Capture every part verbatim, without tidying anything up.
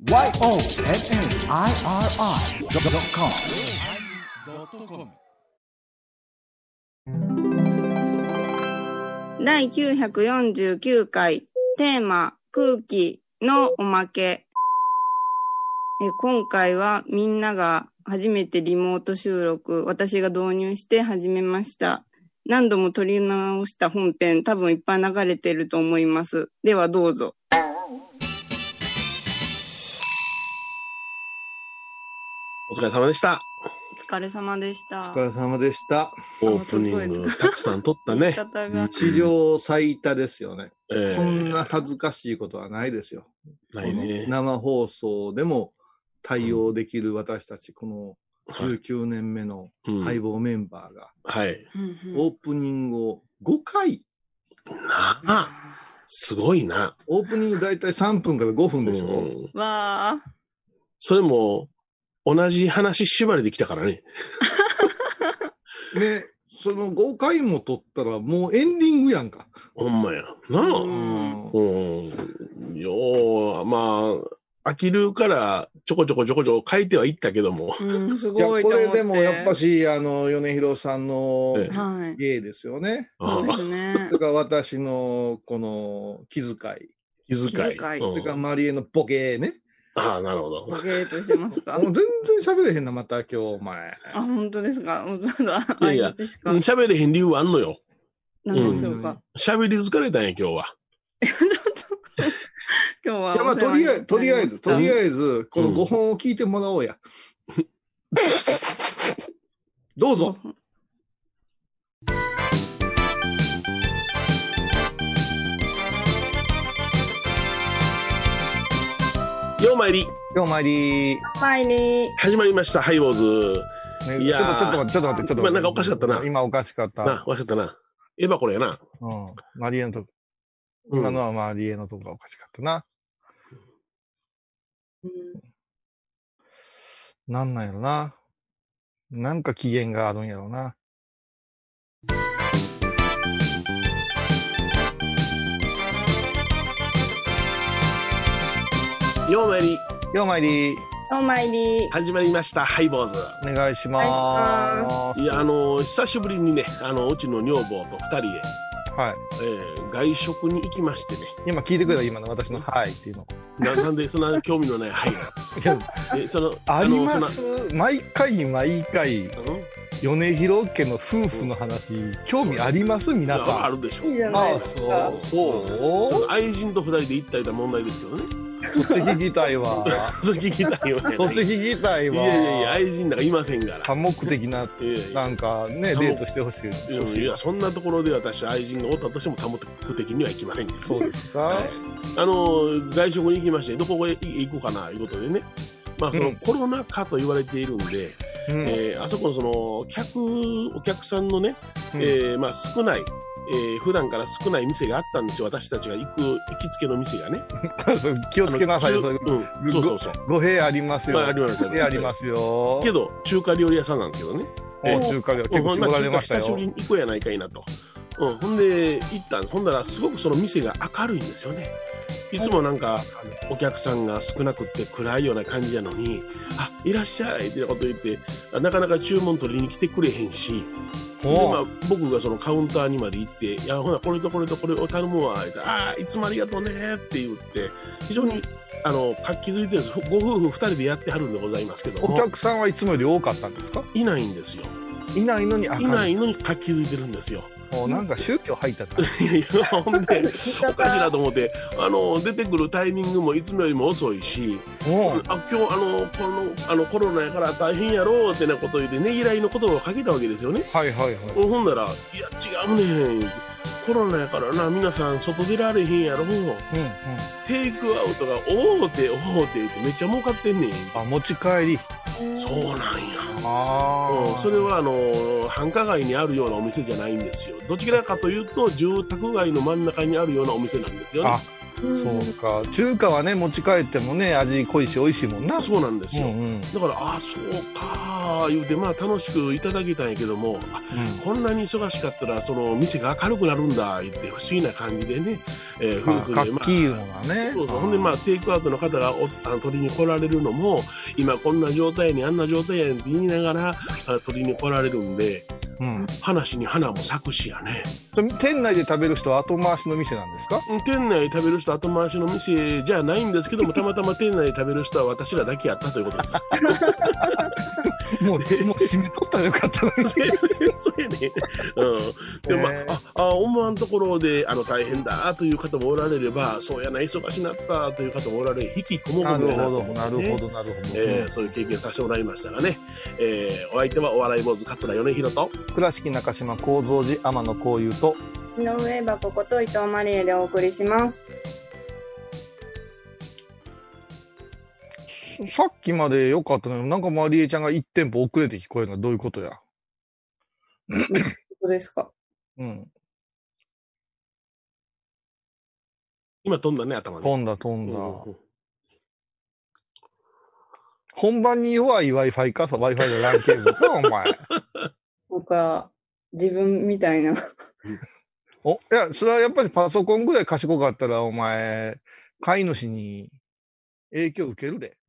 ワイオーエヌエヌアイアールアイドットコムだいきゅうひゃくよんじゅうきゅうかいテーマ空気のおまけ。え今回はみんなが初めてリモート収録、私が導入して始めました。何度も撮り直した本編、多分いっぱい流れてると思います。ではどうぞ。 お疲れ様でした。 お疲れ様でした。 お疲れ様でした。 オープニングたくさん撮ったね。 史上最多ですよね、 えー。 こんな恥ずかしいことはないですよ。 ないね。 生放送でも対応できる私たち、このじゅうきゅうねんめの相棒メンバーが、 はい、 オープニングをごかい。 なあ、すごいな。 オープニングだいたいさんぷんからごふんでしょ。うん、 わあ。 それも同じ話縛りできたからね。 ね、そのごかいも撮ったらもうエンディングやんか。 ほんまや。なあ。うん。うん、よう、まあ、飽きるからちょこちょこちょこちょこ書いてはいったけども。 うん、すごいと思って。 いや、これでもやっぱし、あの、米広さんの芸ですよね。 そうですね。 それから私のこの気遣い。 気遣い。 それからマリエのボケね。 ああ、なるほど。 ボケーとしてますか。 もう全然喋れへんな、また今日、お前。 あ、本当ですか。もうただ、 いやいや、喋れへん理由はあんのよ。 何でしょうか。 喋、うん、り疲れたんや、今日は。 ちょっと、今日は。 いや、まあ、とりあえず、とりあえず、とりあえず、このごほんを聞いてもらおうや。うん、どうぞ。 ようまいり。 ようまいり。 まいり。 始まりました、ハイボーズ。 ね、いやちょっと、ちょっと待って、ちょっと待って、ちょっと待って。 今なんかおかしかったな。 今おかしかった。 な、おかしかったな。エヴァこれやな。 うん。マリエのとこ。今のはマリエのとこがおかしかったな。うん。なんなんやろな。なんか機嫌があるんやろな。 ようまいり。 ようまいり。 ようまいり。 始まりました、ハイボーズ。 お願いします。 いや、あの、久しぶりにね、あの、うちの女房と二人で、 はい。 えー、外食に行きましてね。 今聞いてくれた、今の私のはいっていうの。 な, なんでそんな興味のないはいなえそのあります毎回毎回、うん、米広家の夫婦の話、うん、興味あります皆さん。 あるでしょう。 ああ、そうそう。 愛人と二人で行ったりた問題ですけどね。 そっち聞きたいわ。 そっち聞きたいわ。 そっち聞きたいわ。 いやいやいや、愛人なんかいませんから。 多目的な、なんかね、デートしてほしい。 いや、そんなところで私、愛人がおったとしても多目的には行きませんけど。 そうですか。 はい、あの、外食に行きまして、どこへ行こうかな、いうことでね。まあ、その、うん、コロナ禍と言われているんで、うん、えー、あそこのその、客、お客さんのね、うん、えー、まあ、少ない、えー、普段から少ない店があったんですよ。私たちが行く行きつけの店がね。 気をつけなさいよ。そういううん、そうそうそう。 語弊ありますよ。 まあ、ありますよ。 ありますよ。 けど、中華料理屋さんなんですけどね。 えー、中華料理、結構絞られましたよ。 久しぶりに行こうやないかいなと。うん、ほんで、行ったんです。ほんだら、すごくその店が明るいんですよね。いつもなんか、お客さんが少なくって暗いような感じやのに、あ、いらっしゃいってこと言って、なかなか注文取りに来てくれへんし、でまあ、僕がそのカウンターにまで行って、いや、ほな、これとこれとこれを頼むわ、ってああ、いつもありがとうねって言って、非常に、あの、活気づいてるんです。ご夫婦二人でやってはるんでございますけども。 お客さんはいつもより多かったんですか？ いないんですよ。 いないのに明るい。 いないのに活気づいてるんですよ。 もうなんか宗教入ったな。 いやいや、ほんで、おかしいなと思って、あの、出てくるタイミングもいつもよりも遅いし、あ、今日、あの、この、あの、コロナやから大変やろうってなこと言って、ねぎらいのことをかけたわけですよね。 はいはいはい。 ほんなら、いや、違うねん。コロナやからな、皆さん外出られへんやろ。うんうん。テイクアウトが大手大手ってめっちゃ儲かってんねん。 あ、持ち帰り。 そうなんや。 ああ、 うん。それはあの繁華街にあるようなお店じゃないんですよ。どちらかというと住宅街の真ん中にあるようなお店なんですよね。 あ、 そうか。中華はね、持ち帰ってもね、味濃いし美味しいもんな。 そうなんですよ。 うんうん、 だから、ああ、そうか、言うて、まあ楽しくいただけたんやけども、あ、うん、こんなに忙しかったら、その店が明るくなるんだ、言って不思議な感じでね、えー、夫婦で、まあ、 活気いうのがね。 そうそう。ほんで、まあ、テイクアウトの方がおあの取りに来られるのも、今こんな状態やねん、あんな状態やねんって言いながら、あ取りに来られるんで、うん、話に花も咲くしやね。 店内で食べる人は後回しの店なんですか？ 店内で食べる人は後回しの店じゃないんですけども、たまたま店内で食べる人は私らだけやったということです。 もう、もう閉めとったらよかったのに。 そうやね。うん。でも、まあ、あ、あ、思わんところで、あの、大変だという方もおられれば、そうやな、忙しなったという方もおられ、引きこもるんだなと思って、ね。なるほど、なるほど、えー、そういう経験させてもらいましたがね。えー、お相手はお笑い坊主桂米宏と、 倉敷中島幸三寺天野幸雄と、 井上箱こと伊藤マリエでお送りします。 さっきまで良かったのに、なんかマリエちゃんが一テンポ遅れて聞こえるのはどういうことや？ どうですか？ うん。 今飛んだね、頭に。 飛んだ、飛んだ。うんうん、本番に弱い Wi-Fi か、Wi-Fi のランケーブルか、お前。 なんか、自分みたいな。 お、いや、それはやっぱりパソコンぐらい賢かったら、お前、飼い主に影響受けるで。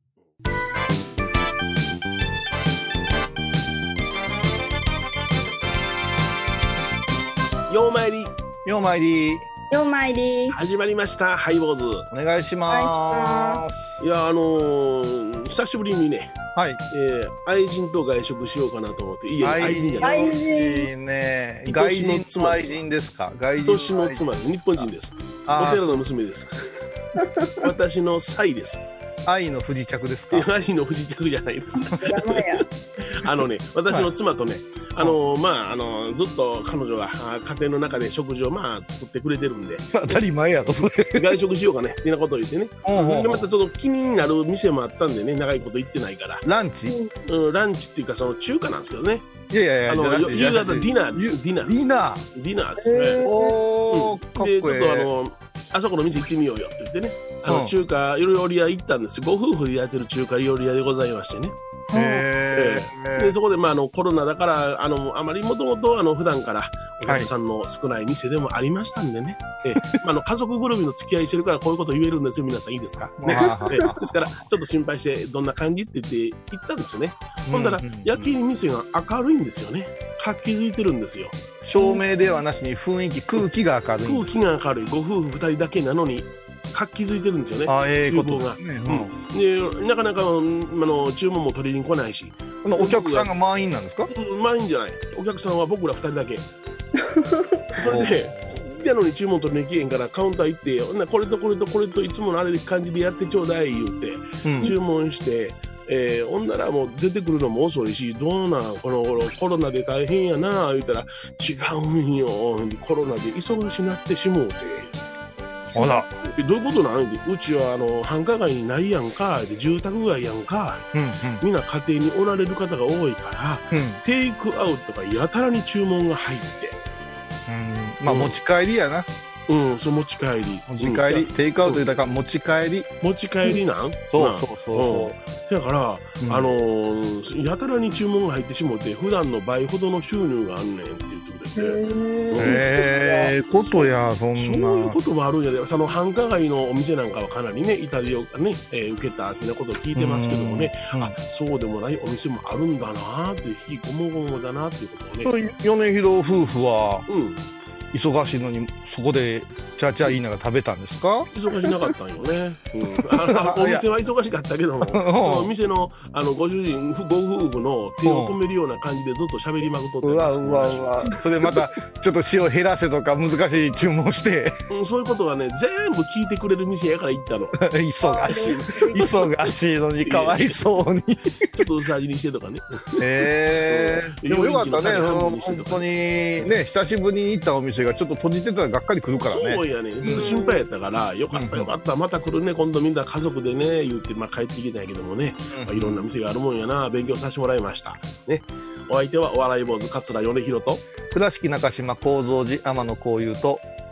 ようまいり。 ようまいり。 ようまいり。 始まりました、ハイボーズ。 お願いします。 いや、あのー、久しぶりにね、 はい。 えー、愛人と外食しようかなと思って。いや、愛人じゃない。 愛人ね。外人の愛人ですか？外人。 年の妻、日本人です。お寺の娘です。私の妻です。 愛の不時着ですか？ 愛の不時着じゃないです。あのね、私の妻とね、はい、あのまああのずっと彼女が家庭の中で食事をまあ作ってくれてるんで、 当たり前やろそれ。 外食しようかね、みんなことを言ってね。でまたちょっと気になる店もあったんでね、長いこと行ってないから。 ランチ？ うん、ランチっていうかその中華なんですけどね。 いやいやいや、 あの夕方ディナーです。ディナー。 ディナー。ディナーですね。 おー、かっこいい。 でちょっとあのあそこの店行ってみようよって言ってね、あの中華料理屋行ったんですよ。ご夫婦でやってる中華料理屋でございましてね。 へーでそこで、まあ、あのコロナだからあのあまりもともとあの普段からお客さんの少ない店でもありましたんでね、はい、えまあ、あの家族ぐるみの付き合いしてるからこういうこと言えるんですよ。皆さんいいですか、ね、えですからちょっと心配してどんな感じって言って行ったんですよね。ほんだら焼き店が明るいんですよね。活気づいてるんですよ。 照明ではなしに雰囲気空気が明るい。 空気が明るい。ご夫婦ふたりだけなのに活気づいてるんですよね。 あ、ええー、ことが、ね、うん、でなかなかあの注文も取りに来ないし。 お客さんが満員なんですか？ うん、満員じゃない。お客さんは僕らふたりだけ。それでなのに注文取りに来へんからカウンター行ってこれとこれとこれといつものあれ感じでやってちょうだい言って、うん、注文して。えー、ほんならもう出てくるのも遅いし、どうなんこの頃コロナで大変やな言うたら違うんよ、コロナで忙しなってしもうて。 あら、 どういうことなんで、うちはあの繁華街にないやんか、で住宅街やんか、うんうん、みんな家庭におられる方が多いから、うん、テイクアウトがやたらに注文が入って、 うん、まあ持ち帰りやな。 うん、そう持ち帰り。 持ち帰り、うん、テイクアウトだから持ち帰り。 持ち帰りなん？ そうそうそうそう。 だから、うん、あのー、やたらに注文が入ってしもって、普段の倍ほどの収入があんねんって言ってくれて。 へえー、ことや、そんな。 そういうこともあるんやで、その繁華街のお店なんかはかなりね、イタリアをね、えー、受けたってなことを聞いてますけどもね、うん、あ、そうでもないお店もあるんだなーって、引きこもごもだなっていうことをね。 米広夫婦は、うん、忙しいのにそこでチャーチャー言いながら食べたんですか？ 忙しなかったんよね、うん、あのお店は忙しかったけどもお店のあのご主人ご夫婦の手を止めるような感じでずっと喋りまくっとってます。 うわうわうわそれまたちょっと塩減らせとか難しい注文して、 うん、そういうことはね全部聞いてくれる店やから行ったの。 忙しい忙しいのにかわいそうにちょっと薄味にしてとかね。 へえー、でもよかったね。本当にね久しぶりに行ったお店がちょっと閉じてたらがっかりくるからね。 そうやね、ずっと心配やったから、よかったよかった、また来るね、今度みんな家族でね、言って、まあ、帰ってきたんやけどもね、まあ、いろんな店があるもんやな、勉強させてもらいました。ね、お相手はお笑い坊主、桂米宏と、 倉敷中島幸三寺天野幸雄と、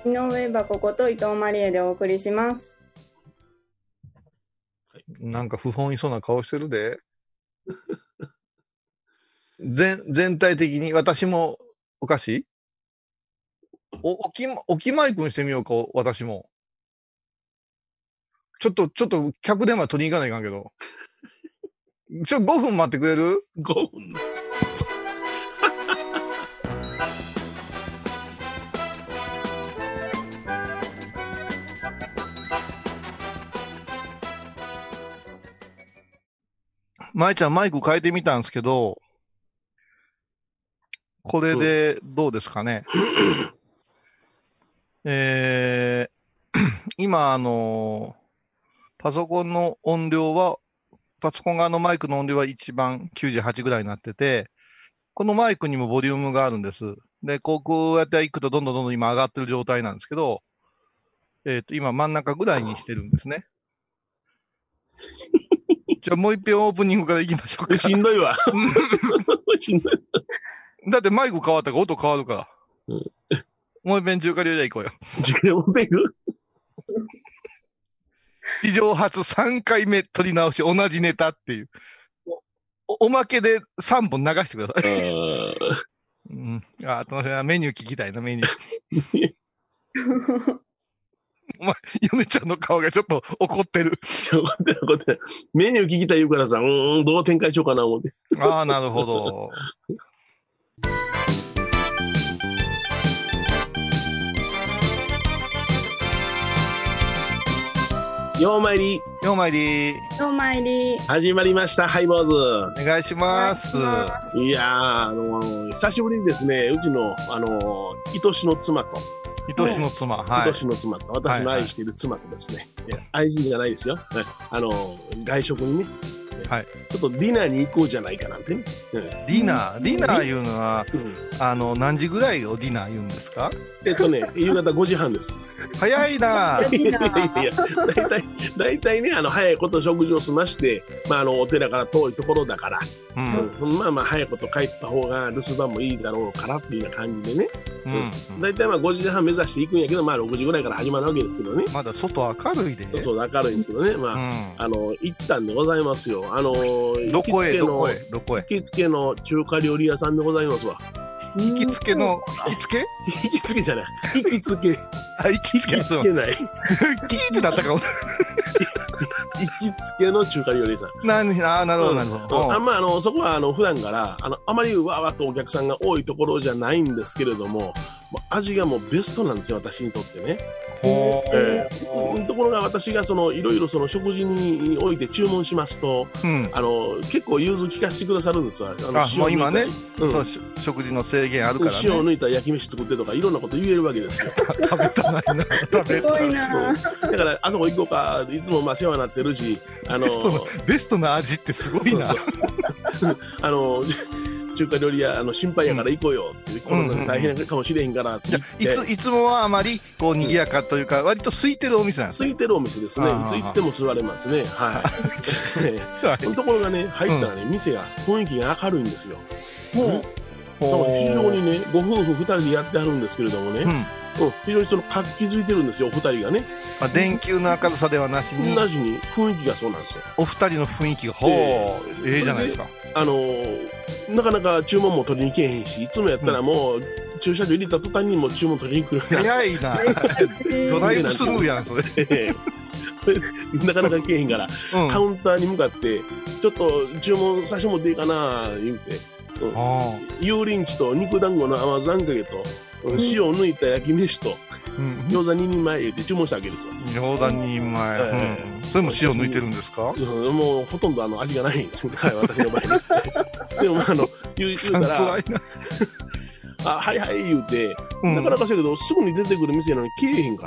井上箱こと伊藤マリエでお送りします。 なんか不本意そうな顔してるで。全全体的に私もおかしい？お置き置きマイクにしてみようか、私も。ちょっとちょっと客電話取りに行かないかんけど。ちょごふん待ってくれる？ ごふん。 舞ちゃんマイク変えてみたんですけど、これでどうですかね。えー、今あのパソコンの音量はパソコン側のマイクの音量は一番きゅうじゅうはちぐらいになってて、このマイクにもボリュームがあるんです。で、こうこうやっていくとどんどんどんどん今上がってる状態なんですけど、えっと今真ん中ぐらいにしてるんですね。じゃあもう一遍オープニングから行きましょうか。 しんどいわ。しんどい。 だってマイク変わったから音変わるから。 うん、 もう一遍中華料理屋行こうよ。 中華料理屋史上初さんかいめ撮り直し、同じネタっていう。お, おまけでさんぼん流してください。うん、あ、あとメニュー聞きたいな、メニュー。お前、嫁ちゃんの顔がちょっと怒ってる。 怒ってる、怒ってる。メニュー聞きたい言うからさ、うーん、どう展開しようかな思って。 ああ、なるほど。 ようまいり。 ようまいり。 ようまいり。 始まりました、ハイボーズ。 お願いします。 いやー、あのー、久しぶりにですね、うちの、あのー、愛しの妻と。 愛しの妻、はい。 愛しの妻と、私の愛している妻とですね、はいはい、愛人じゃないですよ。あのー、外食にね、はい、ちょっとディナーに行こうじゃないかなんてね。 うん、ディナーディナーいうのは、うん、あの、何時ぐらいをディナー言うんですか？ えっとね、夕方ごじはんです。 早いなぁ。 いやいやいや、だいたい、だいたいね、あの、早いこと食事を済まして、まあ、あの、お寺から遠いところだから、うんうん、まあまあ、早いこと帰った方が留守番もいいだろうからっていうような感じでね。うん。だいたいまあごじはん目指していくんやけど、まあろくじぐらいから始まるわけですけどね。 まだ外明るいで。 そう、明るいんですけどね。まあ、うん、あの、行ったんでございますよ。あの、 どこへ、どこへ、どこへ。 行きつけの中華料理屋さんでございますわ。 行きつけの、行きつけ行きつけじゃない。行きつけ。 あ、行きつけ。 行きつけない。 キーってなったかも。 行きつけの中華料理屋さん。 なに、あ、なるほど、なるほど。 あんまあ、の、そこは、あの、普段から、あの、あまりわーわーとお客さんが多いところじゃないんですけれども、味がもうベストなんですよ、私にとってね。えー、ところが私がそのいろいろその食事において注文しますと、うん、あの結構融通聞かせてくださるんですわ。 あのあもう今ね、うん、そう食事の制限あるからね。 塩を抜いた焼き飯作ってとかいろんなこと言えるわけですよ。 食べたないな。食べたないな。 だからあそこ行こうか、いつもまあ世話になってるし、あのベストのベストな味ってすごいな。 そうそうあの中華料理屋あの心配やから行こうよって、うん、コロナで大変かもしれへんからって言って、 うんうん、いついつもはあまりこう賑やかというか、うん、割と空いてるお店なんですか？ 空いてるお店ですね。いつ行っても座れますね。はい。ところがね、入ったらね、うん、店が雰囲気が明るいんですよ。もう、うん、非常にね、ご夫婦ふたりでやってはるんですけれどもね、うんうん、非常にその活気づいてるんですよ、お二人がね。 まあ、電球の明るさではなしに、 なしに雰囲気がそうなんですよ。 お二人の雰囲気が、ほう、えー、ええじゃないですか。 あのー、なかなか注文も取りに来えへんし、いつもやったらもう、うん、駐車場入れた途端にも注文取りに来る。 早いな。ドライブスルーやん、それ。 なかなか来えへんから、うん、カウンターに向かって、ちょっと注文させてもらっていいかな、言うて。うん、油淋鶏と肉団子の甘酢あんかけと、うん、塩を抜いた焼き飯と、うん、餃子ににんまいって注文したわけですよ。 餃子ににんまい、うんうん、それも塩抜いてるんですか？ うん、もうほとんどあの味がないんですよ、はい、私の場合ですでもあの言うたらあはいはい言うて、うん、なかなかしたけどすぐに出てくる店なのに来えへんから、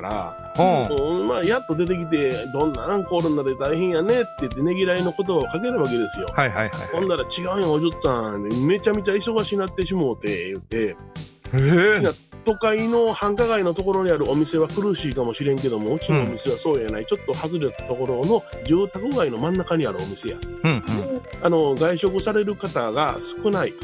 うんうん、まあやっと出てきてどんなんコロナで大変やねって言ってねぎらいの言葉をかけたわけですよ。 はいはいはい、 ほんだら違うよおじゅっさんめちゃめちゃ忙しになってしもうて言って、 えー、 都会の繁華街のところにあるお店は苦しいかもしれんけども、うちのお店はそうやない、うん、ちょっと外れたところの住宅街の真ん中にあるお店や、うんうん、あの外食される方が少ない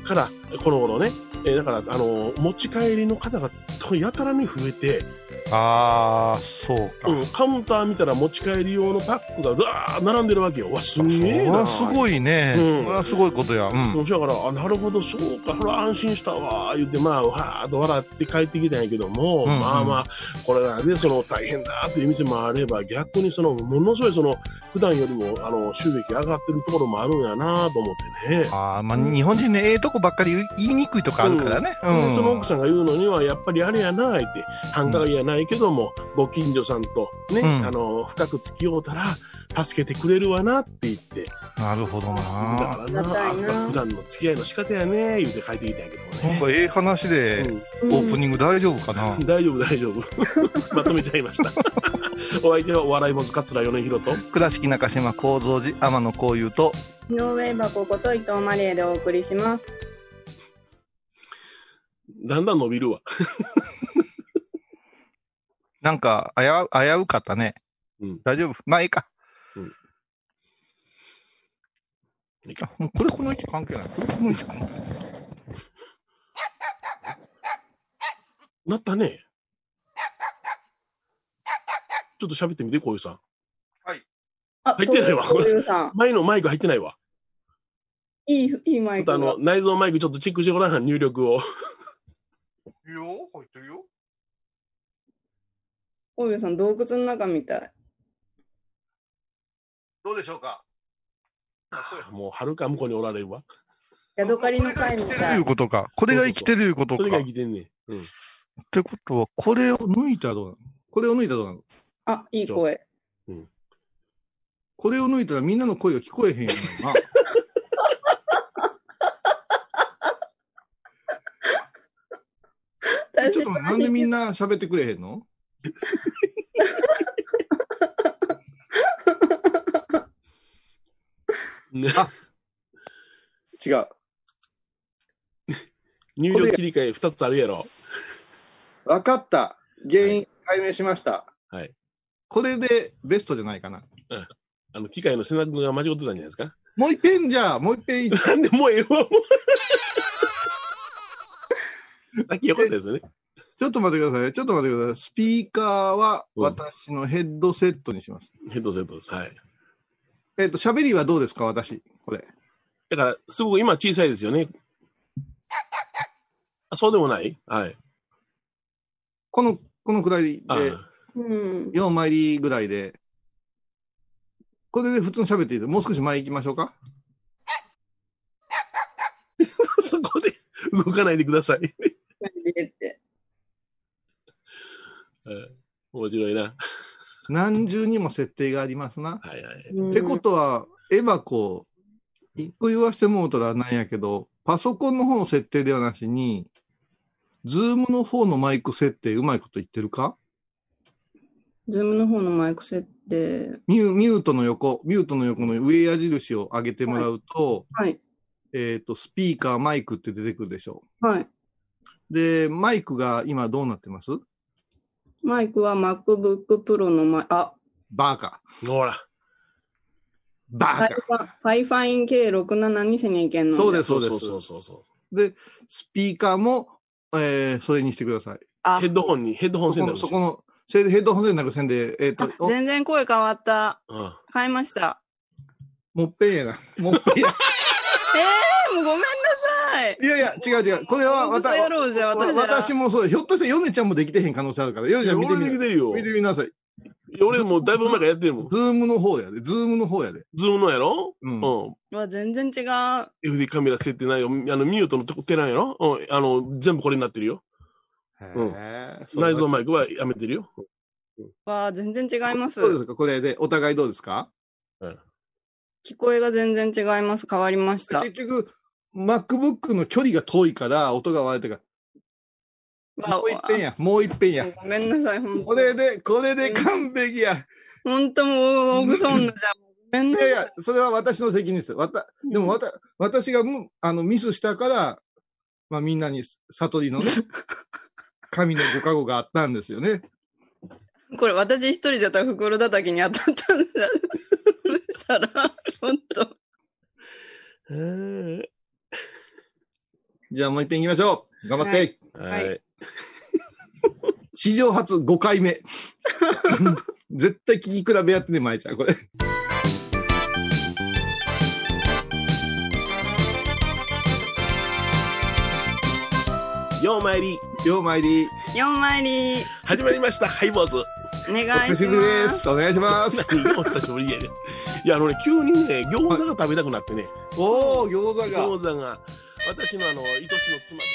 からこの頃ね、えーだからあの持ち帰りの方がとやたらに増えて、 ああ、そうか。 うん、カウンター見たら持ち帰り用のパックがうわー並んでるわけよ。わ、すんげえな。 これはすごいね。 うんこれはすごいことや。うん。 だからあなるほどそうか、それは安心したわ言ってまあわーっと笑って帰ってきたんやけども、 うんうんまあまあこれなんでその大変だという店もあれば、逆にそのものすごいその普段よりもあの収益上がってるところもあるんやなと思ってね。 ああ、まあ、日本人ね、ええとこばっかり言い言いにくいとかあるからね。うん。 でその奥さんが言うのにはやっぱりあれやなって繁華街やないけども、ご近所さんとね、 うんあの深く付き合うたら助けてくれるわなって言って、 なるほどな。 だからな、 ありがたいな普段の付き合いの仕方やね言うて帰ってきたんやけどね。 なんかええ話で、 うんオープニング大丈夫かな。 大丈夫大丈夫まとめちゃいましたお相手はお笑い坊主桂米広と倉敷中島幸三寺天野幸雄と、 井上箱こと伊藤マリエでお送りします。 だんだん伸びるわなんか危う、危うかったね。 うん。 大丈夫。まあいいか。 うん。いいあ、 か。 もうこれこの位置関係ない。これこの位置関係ない。 なったね。ちょっと喋ってみて、こういうさん。 あ、 入ってないわこういうさん。 前のマイク入ってないわ。 いい、いいマイクがちょっとあの、。内蔵マイクちょっとチェックしてごらん、入力を。 いいよ、入ってるよ。 こういうさん、洞窟の中みたい。 どうでしょうか。 もう、はるか向こうにおられるわ。 ヤドカリの会みこれが生きてるたいいう。ことか。これが生きてるいうことか。 それが生きてんねん。うん。 ってことは、これを抜いたらどうなの？これを抜いたらどうなの？ あ、いい声。 これを抜いたらみんなの声が聞こえへんような。ちょっと待って、なんでみんな喋ってくれへんの？ ねあ違う。 入力切り替えふたつあるやろ。 わかった。原因解明しました。 はい。 これでベストじゃないかな。 あの、機械の背中が間違ってたんじゃないですか。 もう一遍じゃあ、もう一遍。 なんでもうええわ、もう。さっきよかったですよね。 ちょっと待ってください。ちょっと待ってください。スピーカーは私のヘッドセットにします。 ヘッドセットです。はい。 えっと、喋りはどうですか、私。これ。 だから、すごく今小さいですよね。あ、そうでもないはい。 この、このくらいあで、 うん。 よんまいりぐらいで、これで普通に喋っていいで、もう少し前行きましょうか。 そこで動かないでください。はい面白いな。 何重にも設定がありますな。 はいはい。 うんってことは、エバコ、一個言わしてもうたらなんやけど、パソコンの方の設定ではなしに、ズームの方のマイク設定うまいこと言ってるか？ ズームの方のマイク設定。 ミュミュートの横、ミュートの横の上矢印を上げてもらうと、 はい。 えっと、スピーカー、マイクって出てくるでしょはい。 う。で、マイクが今どうなってます？ マイクは MacBook Pro のマイあ、 バーカ。 ほら。 バーカ。 ファイファイン ケーろくなな にせにいけんの。 そうです、 そそううです。 そうそうそで、スピーカーも、えー、それにしてください。 あう。ヘッドホンに、ヘッドホンそこの、 選択して。 そこの、それでヘッドホンでなくせんで、えっ、とあ、全然声変わった。 うん変えました。 もっぺんやな。もっぺんや。 えー、もうごめんなさい。 いやいや、違う違う。これは嘘やろうじゃわ私ら私もそう。ひょっとしてヨネちゃんもできてへん可能性あるから。ヨネちゃん見てみ俺できてるよ。 見てみなさい。 いや俺もうだいぶ前からやってるもん。 ズームの方やで。ズームの方やで。 ズームのやろうんうん。 うわ、全然違う。 エフディー カメラ設定ないよ。あの、ミュートのとこ手なんやろうん。あの、全部これになってるよ。うんへー内蔵マイクはやめてるよ。 わ、全然違いますそ。うですか。これで、お互いどうですか？ うん。 聞こえが全然違います。変わりました。 結局、MacBook の距離が遠いから、音が割れてかわら。もう一遍や。もう一遍や。 ごめんなさい、ほんこれで、これで完璧や。 ほんともう、大ぐそ女じゃん。ごめんなさい。 いやいや、それは私の責任です。わた、でもわた、私がむあのミスしたから、まあみんなに悟りのね、神のご加護があったんですよね。 これ私一人じゃったら袋叩きに当たったんだ。そしたら、ちょっと。 へーじゃあもう一遍行きましょう。頑張って。 はい。 はい史上初ごかいめ。絶対聞き比べやってね、まいちゃん、これ。 ようまいり、 よう参り。 よんまいり、 始まりました、ハイボーズ。 お願いしおます。 久しぶりです。お願いします。 何お久しぶりやね。いや、あのね、急にね、餃子が食べたくなってね、 おー、餃子が。 餃子が、私のあの、愛しの妻です。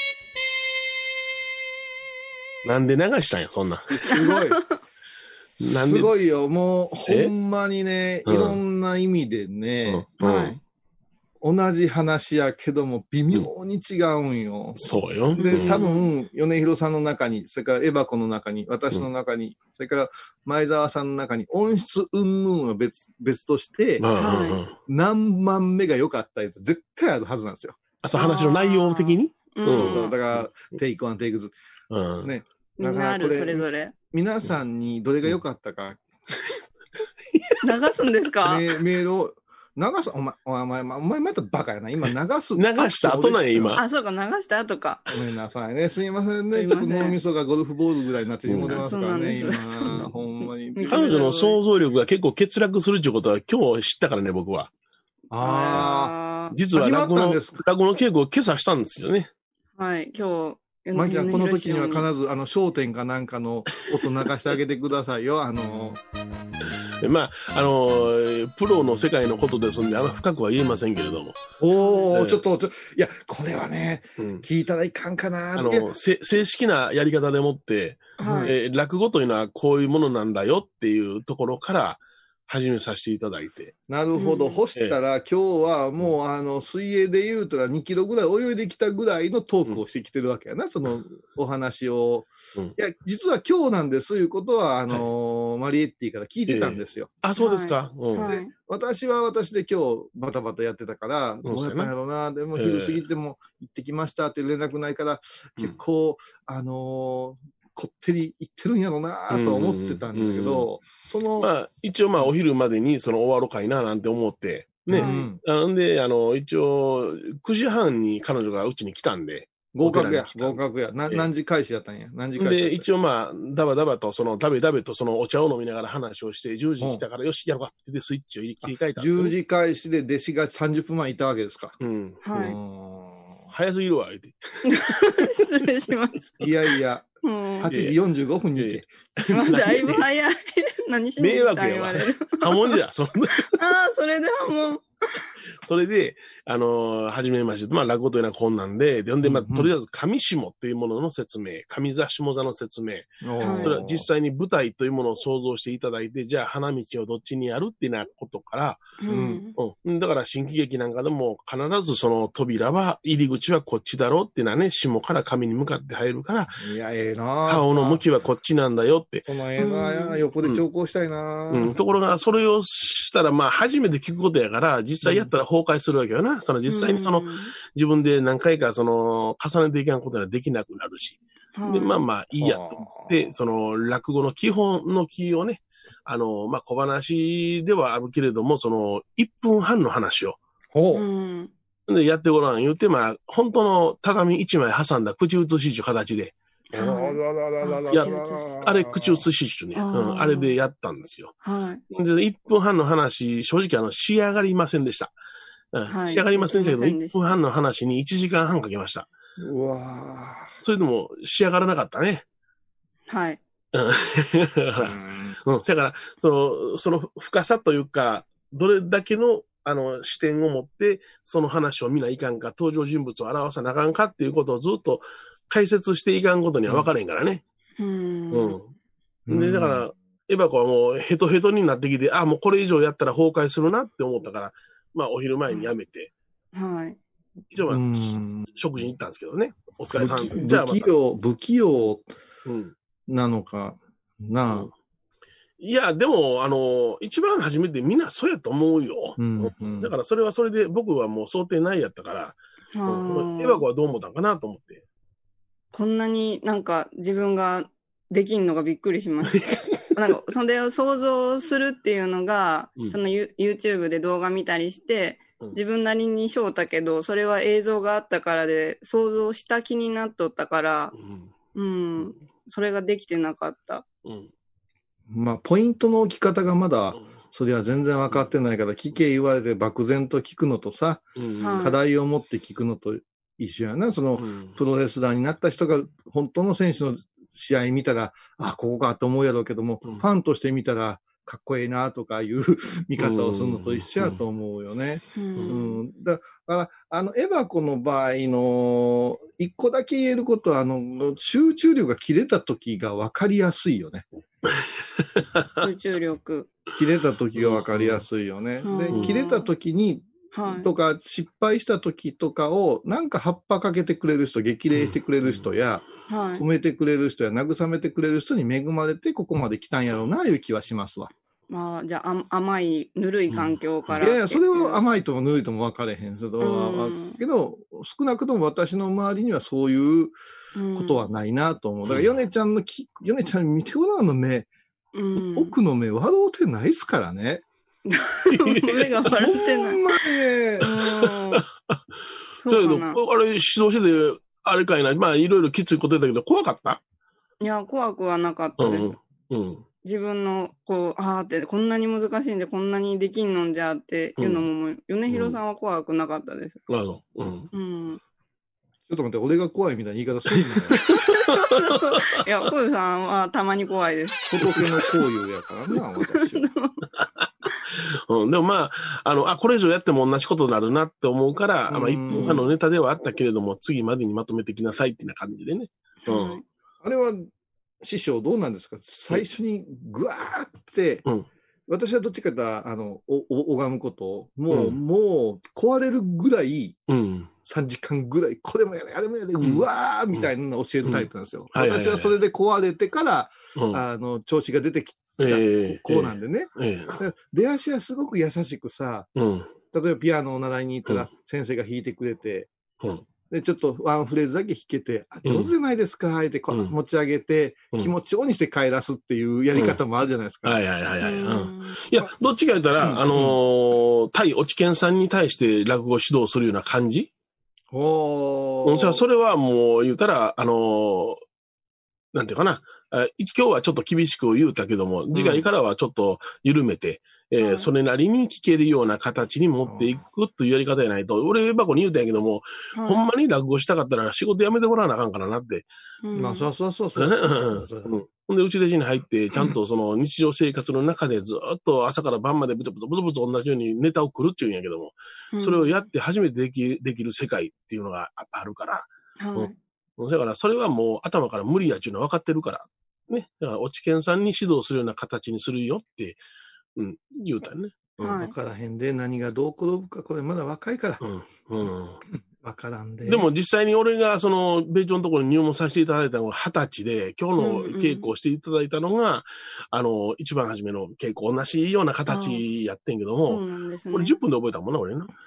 なんで流したんや、そんな。 すごい。 なんですごいよ。もう、 えほんまにね、 うんいろんな意味でね、 うんはい同じ話やけども微妙に違うんよ。 そうよ。 で、 うん多分、米広さんの中に、それからエバコの中に、私の中に、それから前澤さんの中に、音質云々は別、別として、 うんうんうん何番目が良かったりと絶対あるはずなんですよ。 あ、そう、話の内容的にううんそうそうだから、テイクワン、テイクツー。 うん。 ね。 みんなある、それぞれ。 皆さんにどれが良かったか、 流すんですか？ メメールを、流す、お前、お前、お前、お前またバカやな。今流す。 流した後なんや今あ、そうか、流した後か。 ごめんなさいね。すいませんね。 すいませんちょっと脳みそがゴルフボールぐらいになってしもうてますからね、 うんあそうなんです今。ほんまに。 うん彼女の想像力が結構欠落するっていうことは今日知ったからね、僕は。 ああ実は始ま落語の、 ったんですか落語の稽古を今朝したんですよね。 あ。はい、今日。 あ。まいちゃん、この時には必ず。 ず、あの、焦点かなんかの音流してあげてくださいよ。あの、 でまあ、あのープロの世界のことですんで、あんま深くは言えませんけれども。 おー、 ええちょっと、ちょいや、これはね、 うん聞いたらいかんかな。 あいやの、せ正式なやり方でもって、 はい。 えー落語というのはこういうものなんだよっていうところから始めさせていただいて。 なるほど。 うんほしたら、今日はもう、あの、水泳で言うたらにキロぐらい泳いできたぐらいのトークをしてきてるわけやな、そのお話を。 うんいや、実は今日なんですいうことは、あのーマリエッティから聞いてたんですよ。 あ、そうですか。うんはい。 私は私で今日バタバタやってたから、 んどうやったんやろうな、でもええ昼過ぎても行ってきましたって連絡ないから、 うん結構、あのーこってり行ってるんやろうなと思ってたんだけど、その、 まあ、一応まあ、お昼までにその終わろうかいななんて思って、ね。 うんなんで、あの、一応、くじはんに彼女がうちに来たんで、 合格やお寺に来、た合格や。なええ何時開始やったんや。何時開始やったんで、 や。 一応まあ、だばだばと、その、だべだべと、そのお茶を飲みながら話をして、じゅうじ来たから、よし、やろうかって、で、スイッチを入れ切り替えたんです 10 よね。 時開始で弟子がさんじゅっぷんまえいたわけですか。 うん。 はい。 う早すぎるわ、言って。 失礼しましんいやいや、 た。もはちじよんじゅうごふんに行け。 う、まあだいぶ早い。何しに迷来たん惑やわ言われる。。 波紋じゃ、そんな。 ああ、それではもう。 それで、あのー始めまして、まあ、落語というのはこんなんで、で、ほんで、まあ、 うんうんとりあえず、上下っていうものの説明、上座下座の説明、 はいそれは実際に舞台というものを想像していただいて、じゃあ、花道をどっちにやるっていうようなことから、 うん。 うん。だから、新喜劇なんかでも、必ずその扉は、入り口はこっちだろうっていうのはね、下から上に向かって入るから、 いや、ええな顔の向きはこっちなんだよって。 そのええなうん横で調校したいなうん。ところが、それをしたら、まあ、初めて聞くことやから、実際やったら崩壊するわけよな。その実際にその、自分で何回かその、重ねていかんことができなくなるし。 うん、 で、まあまあ、いいやと思って、その、落語の基本のキーをね、あの、まあ、小話ではあるけれども、その、いっぷんはんの話を、 ほう。 うん。 で、やってごらん言うて、まあ、本当の畳一枚挟んだ口移しという形で、 あららららららいやらあれ、口移しっていうね、 あーうん、あれでやったんですよ。 はい。 で、いっぷんはんの話、正直あの、仕上がりませんでした。うんはい仕上がりませんでしたけど、1 できませんでした分半の話にいちじかんはんかけました。 うわそれでも仕上がらなかったね。 はい。 うん。 ーうん。だから、その、その深さというか、どれだけの、あの、視点を持って、その話を見ないかんか、登場人物を表さなあかんかっていうことをずっと解説していかんことには分からへんからね。 うん。 うん。 うんで、だから、エバコはもうヘトヘトになってきて、あ、もうこれ以上やったら崩壊するなって思ったから、まあ、お昼前にやめて、 はい。 一応まあ、 うん食事に行ったんですけどね。お疲れさ不器ん。じゃあまた。 不器用、不器用うん。 なのかなうんいや、でも、あの、一番初めてみんなそうやと思うよ。 うんうんだからそれはそれで僕はもう想定内やったから、うん、エはバコはどう思ったんかなと思って。 こんなになんか自分ができんのがびっくりしました。なんかそれを想像するっていうのが、 うんそのユ YouTube で動画見たりして、 うん自分なりにしょうたけど、それは映像があったからで、想像した気になっとったから、 うんうん、それができてなかった。 うんまあ、ポイントの置き方がまだ、それは全然分かってないから、聞け言われて漠然と聞くのとさ、 うんはい課題を持って聞くのと一緒やな。その、 うんプロレスラーになった人が本当の選手の試合見たら、あ、ここかと思うやろうけども、 うんファンとして見たら、かっこいいなとかいう見方をするのと一緒やと思うよね。 ううんん、だから、あの、エバコの場合の、一個だけ言えることは、あの、集中力が切れた時が分かりやすいよね。 集中力。 切れた時が分かりやすいよね。 うんで、切れた時に、 はい。 とか、失敗した時とかを、なんか葉っぱかけてくれる人、激励してくれる人や、 はい褒。めてくれる人や、慰めてくれる人に恵まれて、ここまで来たんやろうな、いう気はしますわ。 まあ、じゃあ、あ甘い、ぬるい環境から。 いやいや、それは甘いともぬるいとも分かれへん。それはうんけど、少なくとも私の周りにはそういうことはないなと思う。だから、ヨネちゃんのき、ヨネちゃん見てごらんの目、 うん、 奥の目、笑うてないっすからね。 目が笑ってない。 ほんまにね。 うん。 だけど、 そうかな。 あれ、指導してて、あれかいな、まあ、いろいろきついこと言ったけど、怖かった？ いや、怖くはなかったです。 うん。うん。 自分の、こう、あーって、こんなに難しいんで、こんなにできんのんじゃっていうのも、米広さんは怖くなかったです。 あの、うん。 うん。 ちょっと待って、俺が怖いみたいな言い方するなよ。 いや、コウさんはたまに怖いです。 仏の行為やからな、私は。 うん、でもまあ、あの、あ、これ以上やっても同じことになるなって思うから、 うんまあ、一分半のネタではあったけれども、次までにまとめてきなさいっていうような感じでね。うんはいあれは、師匠どうなんですか？最初にぐわーって、 うん私はどっちかというと、あの、お、お、拝むことを、もう、 うんもう、壊れるぐらい、 うん。 さんじかんぐらい、これもやれ、あれもやれ、うわーみたいなのを教えるタイプなんですよ。 うんはいはいはい私はそれで壊れてから、 うん。 あの、調子が出てきえたえ子なんでね。 ええだから出足はすごく優しくさ、 うん。 例えばピアノを習いに行ったうんら、先生が弾いてくれて、 うん。 で、ちょっとワンフレーズだけ弾けて、あ、上手じゃないですか、ってこううん持ち上げて、 うん気持ちようにして帰らすっていうやり方もあるじゃないですか。 はいはいはいはい。 ううん。 んいや、どっちか言ったら、 うんあのー対落研さんに対して落語を指導するような感じ。 おー。 じゃあ、それはもう言うたら、あのーなんていうかな。あ今日はちょっと厳しく言うたけども、次回からはちょっと緩めて、えーはいそれなりに聞けるような形に持っていくというやり方じゃないと、俺、バコに言うたんやけども、 はいほんまに落語したかったら仕事辞めてもらわなあかんからなって。 うんまあ、そうそうそうそう。 うんほんで、内弟子に入って、ちゃんとその日常生活の中でずっと朝から晩までブツブツブツブツ同じようにネタを来るっていうんやけども、それをやって初めてできできる世界っていうのがあるから、 はいだからそれはもう頭から無理やっていうのは分かってるから、ね。だから、落研さんに指導するような形にするよって、うん、言うたね。 はいわからへんで、何がどう転ぶか、これまだ若いから。 うん。うん。 わからんで。 でも実際に俺がその米朝のところに入門させていただいたのが二十歳で、今日の稽古をしていただいたのが、あの、一番初めの稽古、同じような形やってんけどそも、 うなんですね。 俺じゅっぷんで覚えたもんな、俺な。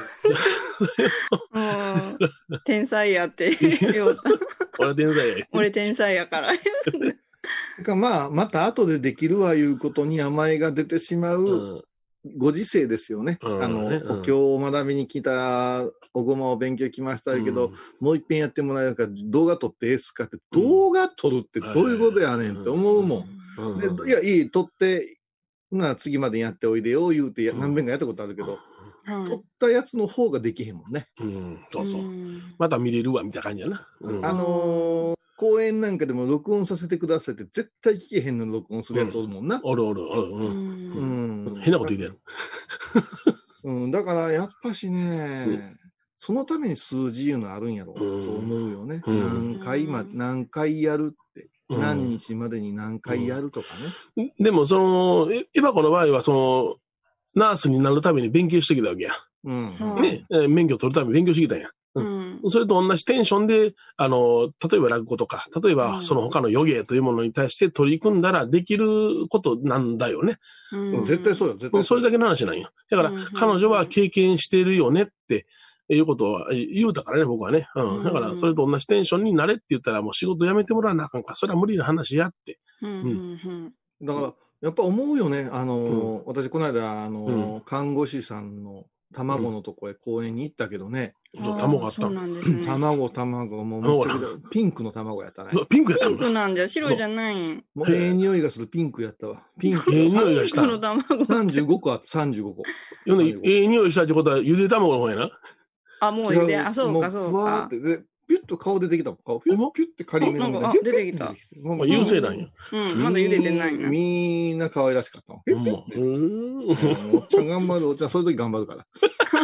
はいうん天才やって言おうた。 俺は天才や。 俺天才やから。 てかまあ、また後でできるわいうことに甘えが出てしまううんご時世ですよね。 うんあの、 ねうんお経を学びに来た、おごまを勉強来ましたけど、もう一遍やってもらえるから動画撮ってええっすかって、 うん動画撮るってどういうことやねんって思うもん。 うんでいや、いい、撮って、な次までやっておいでよ、言うてや、 うん何遍かやったことあるけど、 はい撮ったやつの方ができへんもんね。 うん、そうそう。 んまた見れるわ、みたいな感じやな。うんあのー公演なんかでも録音させてくださいって絶対聞けへんのに録音するやつおるもんな。 おるおる、おる、 ううん。 うんん。 変なこと言うてる。 うん、だからやっぱしね、 うんそのために数字いうのあるんやろうと思うよね。 うん何回ま、何回やるって、 うん何日までに何回やるとかね。 でも、その、エエバコの場合は、その、ナースになるために勉強してきたわけや。 うん。 はいね、えー免許取るために勉強してきたんや。 うんそれと同じテンションで、あの、例えば落語とか、例えうんばその他の余芸というものに対して取り組んだらできることなんだよね。 うん絶対そうよ、絶対それだけの話なんよ。だからうん、 彼女は経験してるよねっていうことは言うたからね、僕はね。うん。だから、それと同じテンションになれって言ったら、もう仕事辞めてもらわなあかんから、それは無理な話やって。 うんうんだから、やっぱ思うよね。あのー、私、この間、あのー、看護師さんの卵のとこへ公園に行ったけどね、 そう卵あったそうなんですね。 卵、卵、もう卵めっちゃくちゃピンクの卵やったね。 うわピンクやったピンのクなんじゃ、白じゃないん。 もうええ匂いがするピンクやったわ。ピンク。 ええ匂いがしたピンクの卵。 さんじゅうごこあった、さんじゅうごこ。 よねええ匂いしたってことは、ゆで卵の方やな。 あ、もうゆで、 違あ、そうか、そうかもふわーっ。て、で、ピュッと顔出てきたもん。顔、ピュッ、ピュッて仮目のあなんかあピュッ出てきたピュッてもうまあ、優勢なんや。 うん、まだ茹でてないな。 みんな可愛らしかったの。ピュッピュッて。 うーん。 おっちゃん頑張る、おっちゃん、そういう時頑張るから。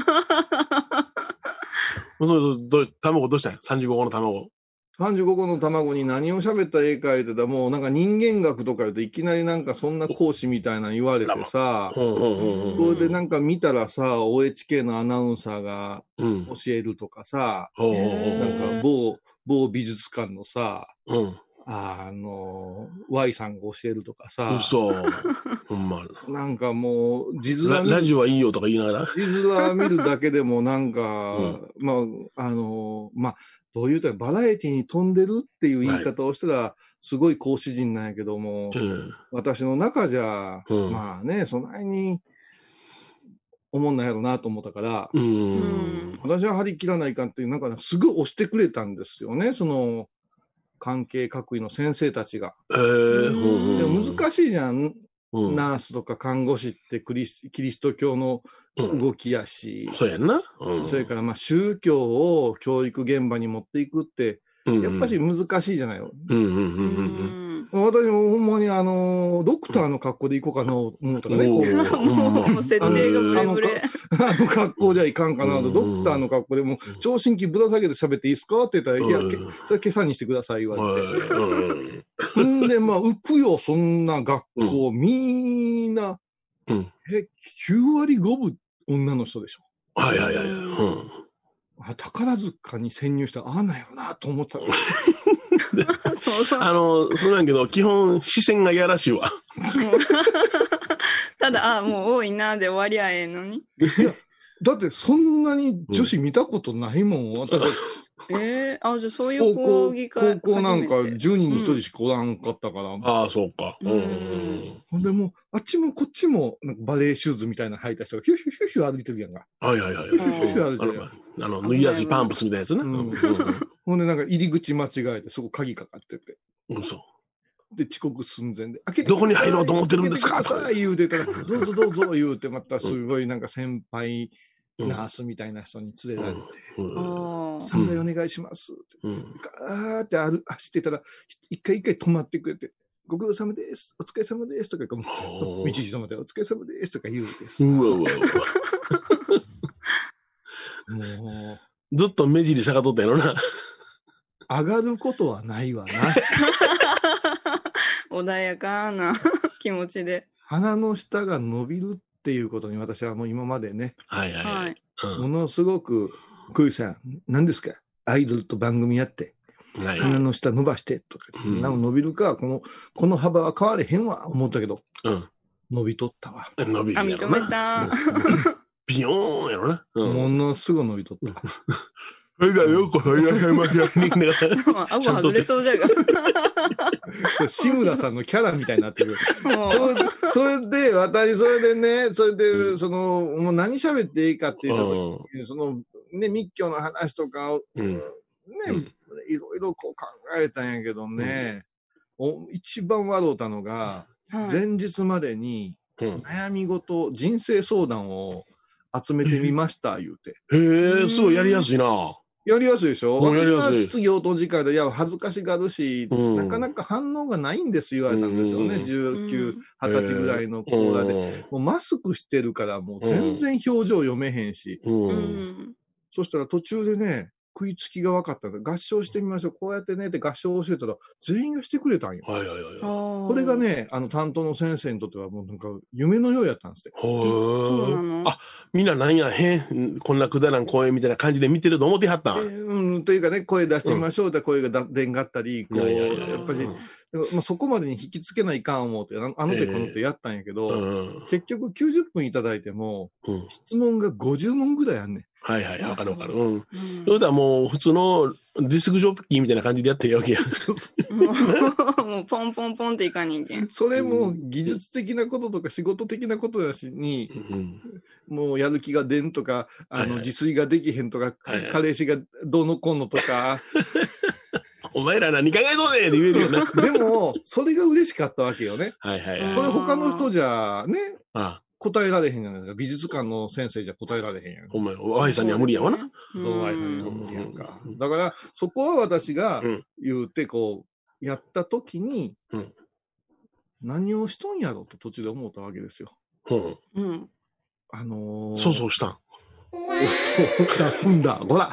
そうそうどう卵どうしたんや ?さんじゅうご 個の卵。 さんじゅうごこの卵に何を喋ったら絵描いてたら、もうなんか人間学とか言うといきなりなんかそんな講師みたいなの言われてさ、 うんうんうんそれでなんか見たらさ、オーエイチケー のアナウンサーがうん。 教えるとかさ、 ほうほうへほーなんか某、某美術館のさ、 う。うん。 あの、Y さんが教えるとかさ、 嘘。ほんま。 なんかもう、地面ラ見るラジオはいいよとか言いながら。 地面見るだけでもなんか、 うんまあ、あの、まあ、どういうたらバラエティに飛んでるっていう言い方をしたら、すごい講師陣なんやけども、 うん。 私の中じゃ、 うんまあね、そんなに、思んないやろなと思ったから、 う。 うんん。 私は張り切らないかんっていう、なんかすごい押してくれたんですよね、その、関係各位の先生たちが。 ええうんでうん。 も難しいじゃん、 うん。 ナースとか看護師ってクリスキリスト教のうん動きやし、 そうやんな。うん。 それからまあ宗教を教育現場に持っていくって、 うん、 やっぱり難しいじゃないよ。 うんうんうんううんん。 私もほんまにあの、ドクターの格好で行こうかなと思ったらね、 おこうーもう、もう設定がブレブレ。 あの格好じゃいかんかなと、 うんドクターの格好でもう、聴診器ぶら下げて喋っていいですかって言ったら、いや、 うんけそれは今朝にしてください、言われて。 うんうんんで、まあ、浮くよ、そんな学校、みんな、 うん。 え、きゅうわりごぶ女の人でしょ。 はいはいはい。うん。 あ宝塚に潜入したらああなんやろなと思ったら、 そうそう。 あの、そうなんやけど、基本、視線がやらしいわ。 ただ、あ、もう多いなで終わりゃええのに。 だってそんなに女子見たことないもん、私はええあ、じゃあそういう講高校義、会。 高校なんか初めてじゅうにんにひとりしかおらんかったから。 ああ、そうか。うんうんほんでもう、あっちもこっちも、なんかバレーシューズみたいなの履いた人がヒューヒューヒューヒュー歩いてるやんか。 はいはいはい。 ヒューヒューヒューヒュー歩いてあるやん。 の、あの脱ぎやすいパンプスみたいなやつね。 うんうんほんでなんか入り口間違えて、そこ鍵かかってて。 うん。そう。 で、遅刻寸前で、開けてどこに入ろうと思ってるんですか開けてください言うてたら、どうぞどうぞ言うて、またすごいなんか先輩うんナースみたいな人に連れられて、 うんあ三階お願いしますって。 うん。 ガーって歩走ってたら、一回一回止まってくれて、ご苦労様です、お疲れ様ですとか、もうおー道止まって、お疲れ様ですとか言うてさ、 うわうわうわ。 もずっと目尻下がっとったやろな。 う、上がることはないわな。 穏やかな気持ちで。 鼻の下が伸びるっていうことに私はもう今までね、 はいはいははいい。 うん。 ものすごく、クイさん、何ですかアイドルと番組やって、 はい。 鼻の下伸ばしてとか、 うんなお伸びるか、この、この幅は変われへんわ、思ったけど、 うん。 伸びとったわ。 あ、 伸びるやろ認めな。 た。 ビヨーンやろな。うん。 ものすごい伸びとった。 それではようこそいらっしゃいませ。 顎外れそうじゃが。 それ志村さんのキャラみたいになってる。 もうそれそれで、私、それでね、それうで、 んその、もう何喋っていいかっていうのうと、その、ね、密教の話とかを、 うんね、 うんいろいろこう考えたんやけどね、お一番笑うたのが、 はい前日までにうん。 悩み事、人生相談を集めてみました、言うて。 へえ、すごいやりやすいな。 やりやすいでしょうんやりやすい私は質疑応答時間で、いや、恥ずかしがるし、 うんなかなか反応がないんです、言われたんですよね。 うんじゅうきゅう、 うんはたちぐらいの子らで。 で。 もうマスクしてるから、もう全然表情読めへんし。 う。 うんん。 そしたら途中でね、食いつきが分かったので、合唱してみましょう。こうやってねって合唱を教えたら、全員がしてくれたんよ。 はいはいはいはい。 ここれが、ね、あの担当の先生にとってはもうなんか夢のようやったんですって。 そうなほーのあ、みんななんや、へん、こんなくだらん公演みたいな感じで見てると思ってはったん。 えーうん、というかね、声出してみましょうって声がだでんがったり、こう、 いやいやいややっぱりうんまあ、そこまでに引きつけないかん思うて、あの手この手やったんやけど、 うん。 結局きゅうじゅっぷんいただいても、 うん。 質問がごじゅう問ぐらいあんねん。 はいはい、わかるわかる。うん。 うんそれだもう普通のディスクジョッキーみたいな感じでやってるわけや。 もう、もうポンポンポンっていかにんけん。 それも技術的なこととか仕事的なことだしに、 うん。 もうやる気が出んとか、あの、 はいはい自炊ができへんとか、 はいはい彼氏がどうのこうのとか、 お前ら何考えとんねんって言えるよな。 でも、それが嬉しかったわけよね。 はいはいはい。 これ他の人じゃね、 あ答えられへんじゃないですか。美術館の先生じゃ答えられへんやん。 お前、お愛さんには無理やわな。 そう、愛さんには無理やんか。だから、そこは私がうん言うて、こう、やった時に、 うん何をしとんやろと途中で思ったわけですよ。 うん。 うん。 あのー、 そうそうしたん。 そう出すんだ。ほら。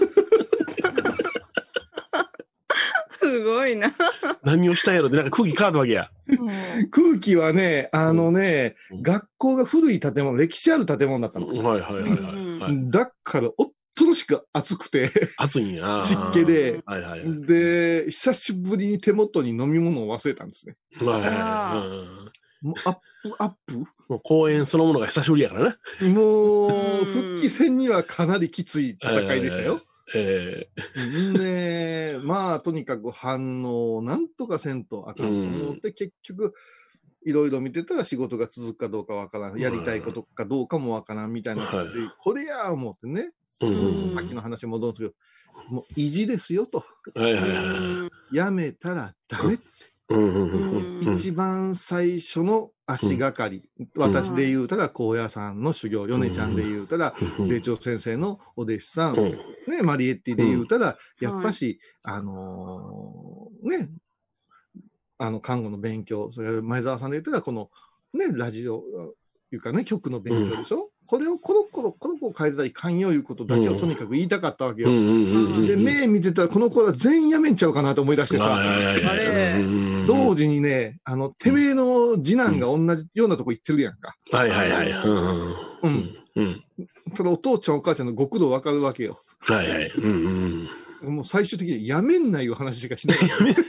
すごいな。 何をしたんやろってなんか空気変わったわけや。 空気はね、あのね、 うん学校が古い建物、歴史ある建物だったの。 はいはいはいはい。はい、 だから、おっとろしく暑くて、 暑いんや。 湿気で、 はいはいはい。 で、久しぶりに手元に飲み物を忘れたんですね。 はいはいあはいうんもうアップアップもう公演そのものが久しぶりやからね。 もう、 うん復帰戦にはかなりきつい戦いでしたよ。 えんで、まあ、とにかく反応をなんとかせんとあかんと思って、結局、いろいろ見てたら仕事が続くかどうかわからん。やりたいことかどうかもわからんみたいなことで、 はいこれや思ってね、 ー、うんうんさっきの話戻るんですけど、もう意地ですよと。 はいはいはい。 やめたらダメ。 うんうんうんうん。 一番最初の足がかり。私で言うたら、高野山の修行、米ちゃんで言うたら、 うん米朝先生のお弟子さん、 うんね、マリエッティで言うたら、やっぱし、あのーね、あの、看護の勉強、それから前澤さんで言ったら、この、ね、ラジオ、いうかね、曲の勉強でしょ、うん、これをコロコロ、コロコロ変えたらいかんよいうことだけをとにかく言いたかったわけよ。で、目見てたら、この子は全員やめんちゃうかなと思い出してさ、 あれ同時にね、あの、てめえの次男が同じようなとこ行ってるやんか。 はいはいはい。 うん。うん。ただお父ちゃんお母ちゃんの極度わかるわけよ。 はいはい。うんうん。もう最終的にやめんないいう話しかしない。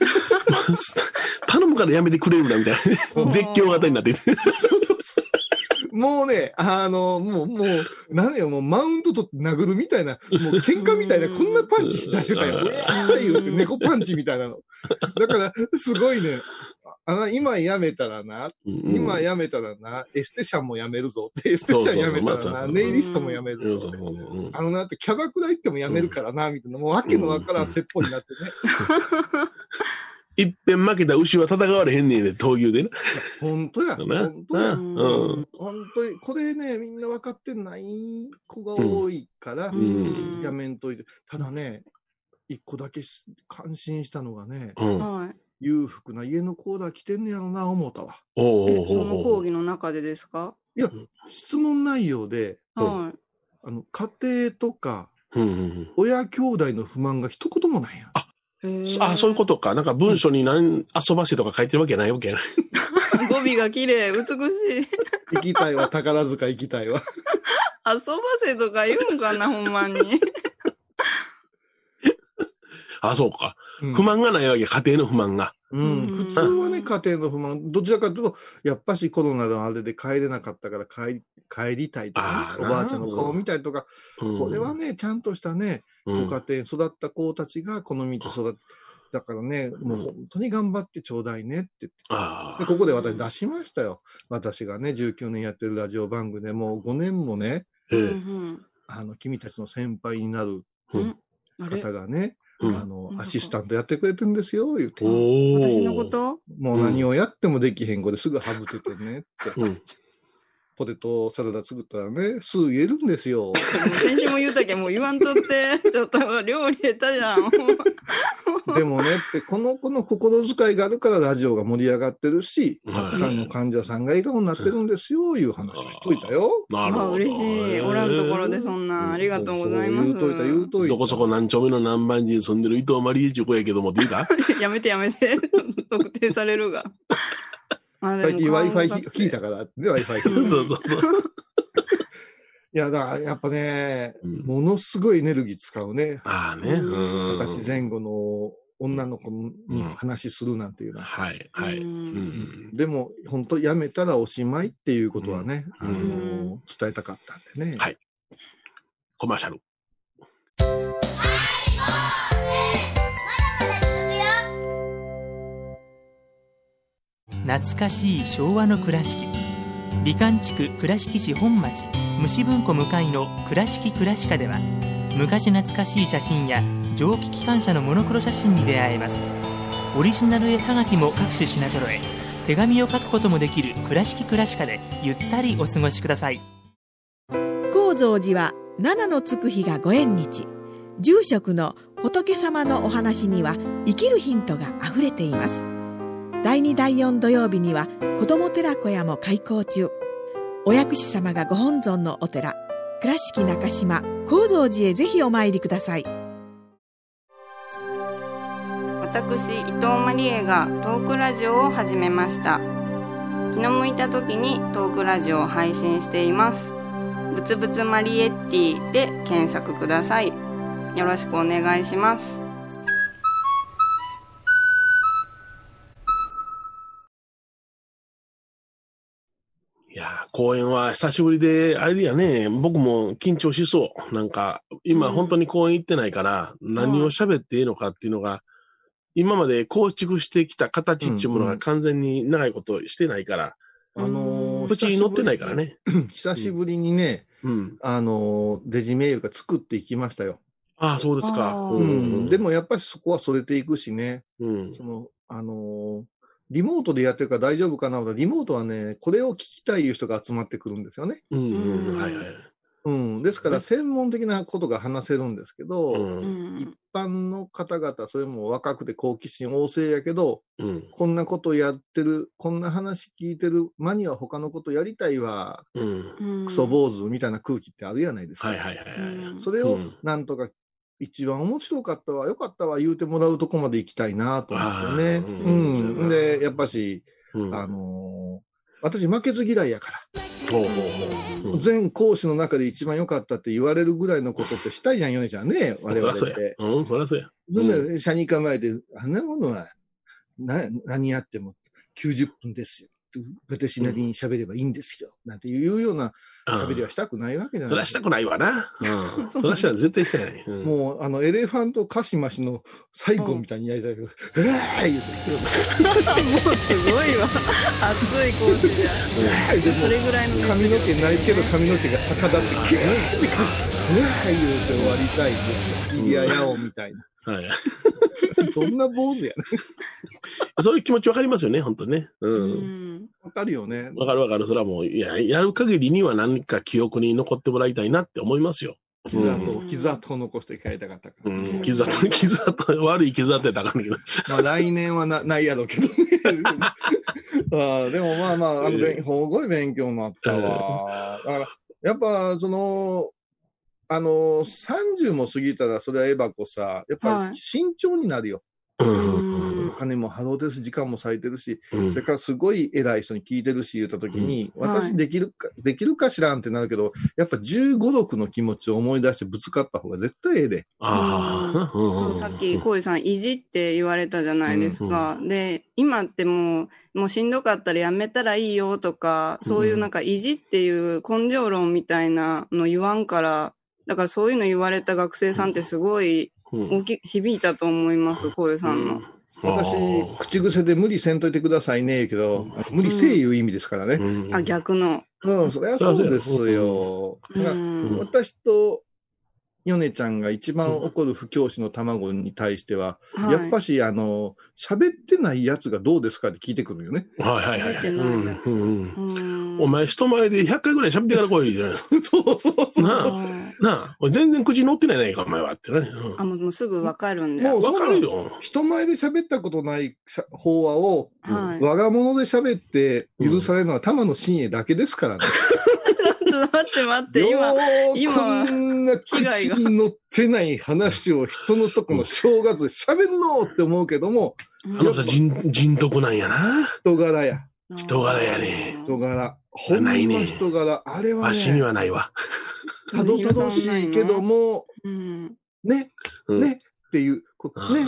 頼むからやめてくれるなみたいな。絶叫型になってる。 もうね、あの、もう、もう、なんや、もうマウント取って殴るみたいな、もう喧嘩みたいな、こんなパンチ出してたよ。うわーいう猫パンチみたいなの。だから、すごいね、あの、今やめたらな、今やめたらな、エステシャンもやめるぞって、エステシャンやめたらな、ネイリストもやめるぞ。あのなって、キャバクラ行ってもやめるからな、みたいな、もうわけのわからん説法になってね。 いっぺん負けた牛は戦われへんねんで、闘牛でね。 本当や。本当や。 うん。 本当に、これね、みんな分かってない子が多いから、やめんといて。ただね、一個だけ感心したのがね、裕福な家の子だ来てんねやろな、思ったわ。 え、その講義の中でですか？ いや、質問内容で、 はい。 あの、家庭とか、親兄弟の不満が一言もないやん。 あ、そういうことか。なんか文章に何遊ばせとか書いてるわけないわけやない。 語尾が綺麗、美しい。 行きたいわ、宝塚行きたいわ。 遊ばせとか言うんかな、ほんまに。 あ、そうか。うん、不満がないわけ、家庭の不満が。 うん。普通はね、家庭の不満、どちらかというと、やっぱしコロナのあれで帰れなかったから帰り、帰りたいとか、ね、おばあちゃんの顔見たりとか、うん、これはね、ちゃんとしたね、ご家庭に育った子たちがこの道育って、だからね、もう本当に頑張ってちょうだいねって言って。でここで私出しましたよ。私がね、じゅうきゅうねんやってるラジオ番組でもうごねんもね、うん、あの、君たちの先輩になる方がね、うん、あの、アシスタントやってくれてるんですよ、言うて。 私のこと？ もう何をやってもできへん子ですぐ省けてねって。うん、ポテトサラダ作ったらね、酢入れるんですよ。 先週も言うたけど、もう言わんとって、ちょっと料理下手じゃん。 でもねって、この子の心遣いがあるからラジオが盛り上がってるし、たくさんの患者さんが笑顔になってるんですよ、いう話をしといたよ。 なるほど。 嬉しい。おらんところでそんな、ありがとうございます。 言うといた、言うといた。 どこそこ何丁目の何番地に住んでる伊藤マリエチュ子やけども、っていうかやめてやめて。特定されるが。 最近 Wi-Fi 聞いたから、ね、Wi-Fi 聞いた。そうそうそう。いや、だからやっぱね、うん、ものすごいエネルギー使うね。 ああね。 二十歳前後の女の子に話するなんていうのは。 はい、はい。ううんん。 でも、本当やめたらおしまいっていうことはね、 うんあの、伝えたかったんでね。 はい。コマーシャル。 懐かしい昭和の倉敷、美観地区倉敷市本町虫文庫向かいの倉敷倉歯科では、昔懐かしい写真や蒸気機関車のモノクロ写真に出会えます。オリジナル絵はがきも各種品揃え、手紙を書くこともできる倉敷倉歯科でゆったりお過ごしください。 高蔵寺は七のつく日がご縁日。住職の仏様のお話には生きるヒントがあふれています。だいにだいよん土曜日には子ども寺小屋も開校中。お薬師様がご本尊のお寺、倉敷中島・高蔵寺へぜひお参りください。 私伊藤マリエがトークラジオを始めました。気の向いた時にトークラジオを配信しています。ぶつぶつマリエッティで検索ください。よろしくお願いします。 いやー、公演は久しぶりで、あれやね、僕も緊張しそう。なんか、今本当に公演行ってないから、何を喋っていいのかっていうのが、今まで構築してきた形っていうものが完全に長いことしてないから、 あのー、 口に乗ってないからね。 久しぶりにね、 うん、 あのー、デジメールが作っていきましたよ。 ああ、そうですか。 うん、でもやっぱりそこはそれていくしね。 うん、 その、あのー、リモートでやってるから大丈夫かな。リモートはね、これを聞きたいいう人が集まってくるんですよね。 うん、うん、はいはい。 うん、ですから専門的なことが話せるんですけど、 うん、 一般の方々、それも若くて好奇心旺盛やけど、 うん、 こんなことやってる、こんな話聞いてる間には他のことやりたいわ、 うん、 クソ坊主みたいな空気ってあるやないですか。 はいはいはいはい。 それをなんとか一番面白かったわ、よかったわ言うてもらうとこまで行きたいなと思ってね。うん、うん。で、やっぱし、うん、あのー、私負けず嫌いやから。 ほうほうほう。 全講師の中で一番良かったって言われるぐらいのことってしたいじゃん、ヨネちゃんね、我々って。 うん、そらそうや。 うん。車に構えて、あんなものは、な、何やってもきゅうじゅっぷんですよ。私なりに喋ればいいんですよ。なんていうような喋りはしたくないわけじゃない。 そらしたくないわな。うん。そらしたら絶対したない。 うん、もう、あの、エレファントカシマシの最後みたいにやりたいけど、えぇ、うん、言うてもうすごいわ。熱い講師じゃん。でもそれぐらいの髪の毛ないけど髪の毛が逆立って、えぇ、って、えぇ、言うて終わりたいんですよ。いややおみたいな。 はい。 どんな坊主やね。 そういう気持ちわかりますよね、本当ね。うん。 わかるよね。 わかるわかる。それはもう、いや、やる限りには何か記憶に残ってもらいたいなって思いますよ。 傷跡、うん、傷跡を残して帰りたかったから、 ね。うん、傷跡、傷跡、悪い傷跡やったらあかんけど。 まあ来年はなないやろうけどね。あでもまあまあ、あの、すごい勉強になったわ。だから、やっぱ、その、あのー、さんじゅうも過ぎたら、それはエバコさ、やっぱり慎重になるよ。はい、お金も払うてるし、時間も割いてるし、うん、それからすごい偉い人に聞いてるし、言ったときに、うん、私できるか、はい、できるかしらんってなるけど、やっぱじゅうご、ろくの気持ちを思い出してぶつかった方が絶対ええで。 ああ。さっき、コウイさん、意地って言われたじゃないですか。うん、で、今ってもう、もうしんどかったらやめたらいいよとか、そういうなんか意地っていう根性論みたいなの言わんから、だからそういうの言われた学生さんってすごい大き、響いたと思います、こういうさんの。 私、口癖で無理せんといてくださいね、けど、無理せえいう意味ですからね。 うん、あ、逆の。 うん、そりゃそうですよ。だから私とヨネちゃんが一番怒る不教師の卵に対しては、うん、やっぱし、あの、喋ってないやつがどうですかって聞いてくるよね。 はいはいはい。うんうん、お前人前でひゃっかいぐらい喋ってから来いじゃない。 そうそうそうそう。 なあ、なあ、全然口乗ってないねか、お前はってね。 うん、あ、もうすぐわかるんで。 もうわかるよ。 人前で喋ったことない法話を、はい、我が物で喋って許されるのは玉野真栄だけですからね。 ちょっと待って待って、今、今こんな口に乗ってない話を人のとこの正月で喋んのって思うけども。 あの人人、人徳なんやな。 人柄や。 人柄やね。 人柄。ほんま人柄。あれはね。 わしにはないわ。 たどたどしいけども、うん、ね、ねっていう、ね、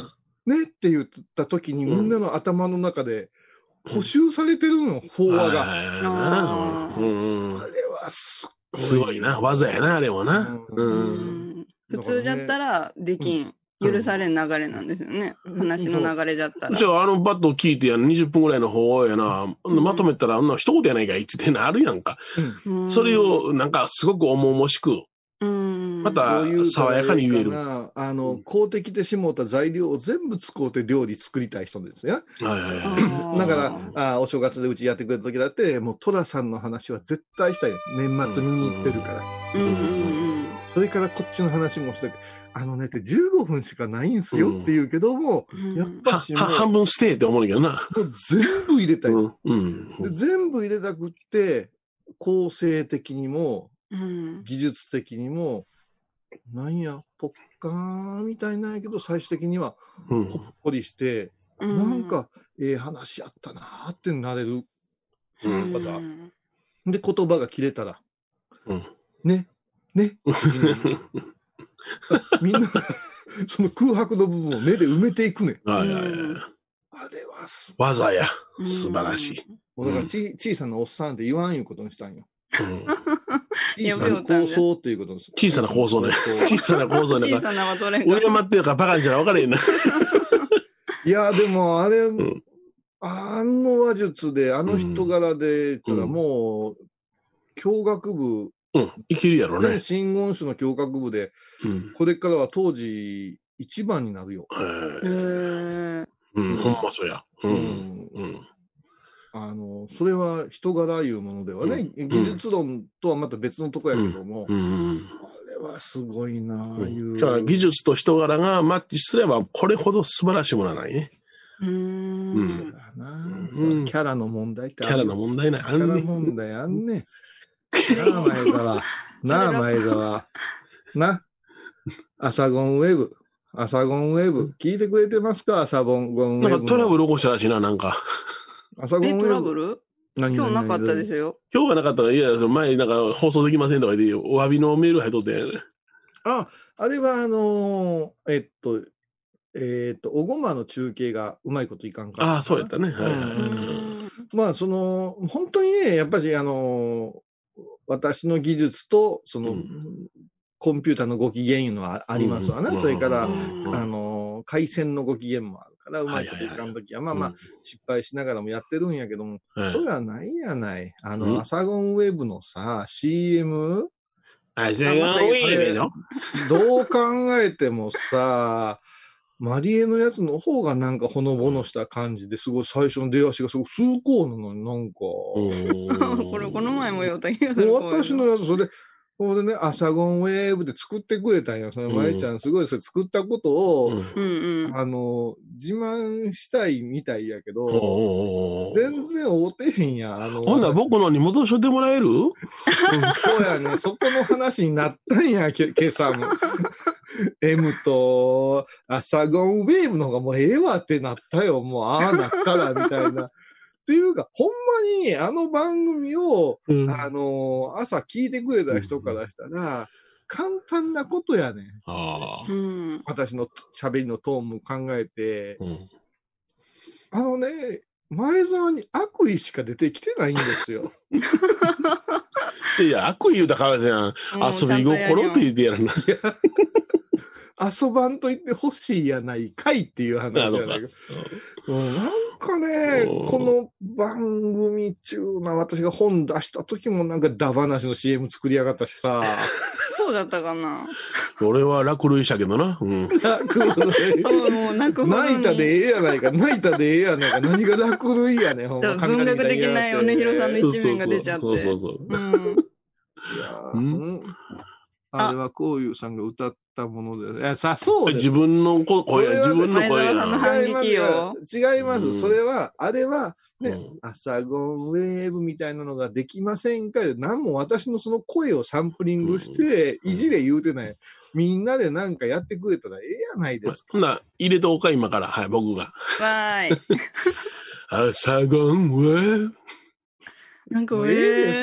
ねって言った時に、みんなの頭の中で補修されてるの、法話が。 あーうんあれはすごい。 すごいな。技やな、あれもな。 ううんん。 普通だったらできん、許されん流れなんですよね。 うん話の流れじゃったら。 じゃあ、あのバットを聞いてや、にじゅっぷんぐらいの方やな、 うんまとめたら、あんな一言やないかいって言ってあるやんか。 うんそれ、を、なんか、すごく重々しく、 うん、 またどういう爽やかに言える。 かなあの、買うてきてしもうた材料を全部使うて料理作りたい人ですよ。 はいはいはい。 あーだから、あお正月でうちやってくれた時だって、もう寅さんの話は絶対したいよ。年末見に行ってるから。 うんうんそれからこっちの話もしてて、あのねってじゅうごふんしかないんすよって言うけども、 うんやっぱしもは、は、半う、 分捨てって思うんだけどな。 もう全部入れたい。 うん。うん。 で全部入れたくって、構成的にも、 うん技術的にも、なんや、ポッカーンみたいなんやけど、最終的にはうんほっこりして、 うんなんか、ええ話やったなーってなれる。 うん技で、言葉が切れたら、 うん。 ね、ね、みんな、その空白の部分を目で埋めていくね。 はいはいはい。 あれはす、 技や。素晴らしい。 もうだからち、小さなおっさんって言わんいうことにしたんよ。 うん小さな構想っていうことです。 小さな構想ね。小さな構想なん小か、 さなはどれが上回ってるからバカんじゃ分からへんな。 いや、でも、あれ、 んあの話術で、あの人柄で、たらうんもう、教学部、 うん。いけるやろね、 ね。 真言宗の教学部で、 うん。 これからは当時、一番になるよ。 はいへーうん。ほんまそうや。う。 うんんうん。 あの、それは人柄いうものではね、 うん技術論とはまた別のとこやけども、 うん。 あれはすごいなあいう。 だから技術と人柄がマッチすれば、これほど素晴らしいものはないね。 うーうんんだな、 うんキャラの問題ってキャラの問題ない。あキャラんね。 問題あんね。なあ、前澤。なあ、前澤。な。アサゴンウェブ。アサゴンウェブ。聞いてくれてますかアサゴンウェブ。 なんかトラブル起こしたらしいな、なんか。 アサゴンウェえ、 ブ。 トラブル何今日なかったですよ。 よ。 今日はなかったから、いや、前なんか放送できませんとか言って、お詫びのメール入っとって、 あ、あれはあのーえっと、えっと、おごまの中継がうまいこといかんかったかな。 ああ、そうやったね。はいはいはい。 うーんまあ、その、本当にね、やっぱりあのー私の技術と、その、 うんコンピューターのご機嫌いうのはありますわな。 うんそれから、 うんあのー回線のご機嫌もあるから、うまいこといかんときは、まあまあ、失敗しながらもやってるんやけども、 はいそうやないやない。あの、 うんアサゴンウェブのさ、シーエム、 あ、じゃあ、ウィーンのどう考えてもさ、マリエのやつの方がなんかほのぼのした感じですごい最初の出足がすごい崇高なのになんか、 これ、この前も言うた言うたもう私のやつ、それで、ほんでね、アサゴンウェーブで作ってくれたんよ。その、まえちゃん、すごいそれ作ったことを、 うんうんうん。 あの、自慢したいみたいやけど、 おうおうおう全然会うてへんやん。あの、 ほんなら僕のに戻しとってもらえるうんそうやね。そこの話になったんや、け今朝も。M とアサゴンウェーブの方がもうええわってなったよ。もうああなったら、みたいな。っていうか、ほんまにあの番組を、 うんあのー朝聞いてくれた人からしたら、簡単なことやねん。 ああう。ん。 私の喋りのトーンも考えて、 うんあのね、前澤に悪意しか出てきてないんですよ。 いや、悪意言うたからじゃん。遊び心って言ってやるな。 遊ばんと言ってほしいやないかいっていう話やないか。うんなんかねう、んこの番組中な私が本出した時もなんかダ話の シーエム 作りやがったしさ。 そうだったかな。 俺は落類したけどな。うん。 そう、もう泣くほどに。 泣いたでええやないか、泣いたでええやないか、何が落類やねん、ほんま。 文学的な米広さんの一面が出ちゃって。 そうそうそう。 うん。 いやーうんうんあれはこういうさんが歌ったもので、いや、さ、そうです。 自分の声、 それは自分の声前澤さんのな。 反撃よ違います。 うんそれは、あれは、ね、 うんアサゴンウェーブみたいなのができませんかよ。何も私のその声をサンプリングして、 うんいじれ言うてない。みんなでなんかやってくれたらええやないですか。 ほんなら入れとこうか、今から。はい、僕が。 わーい。 アサゴンウェブ。 なんか、 もうえええです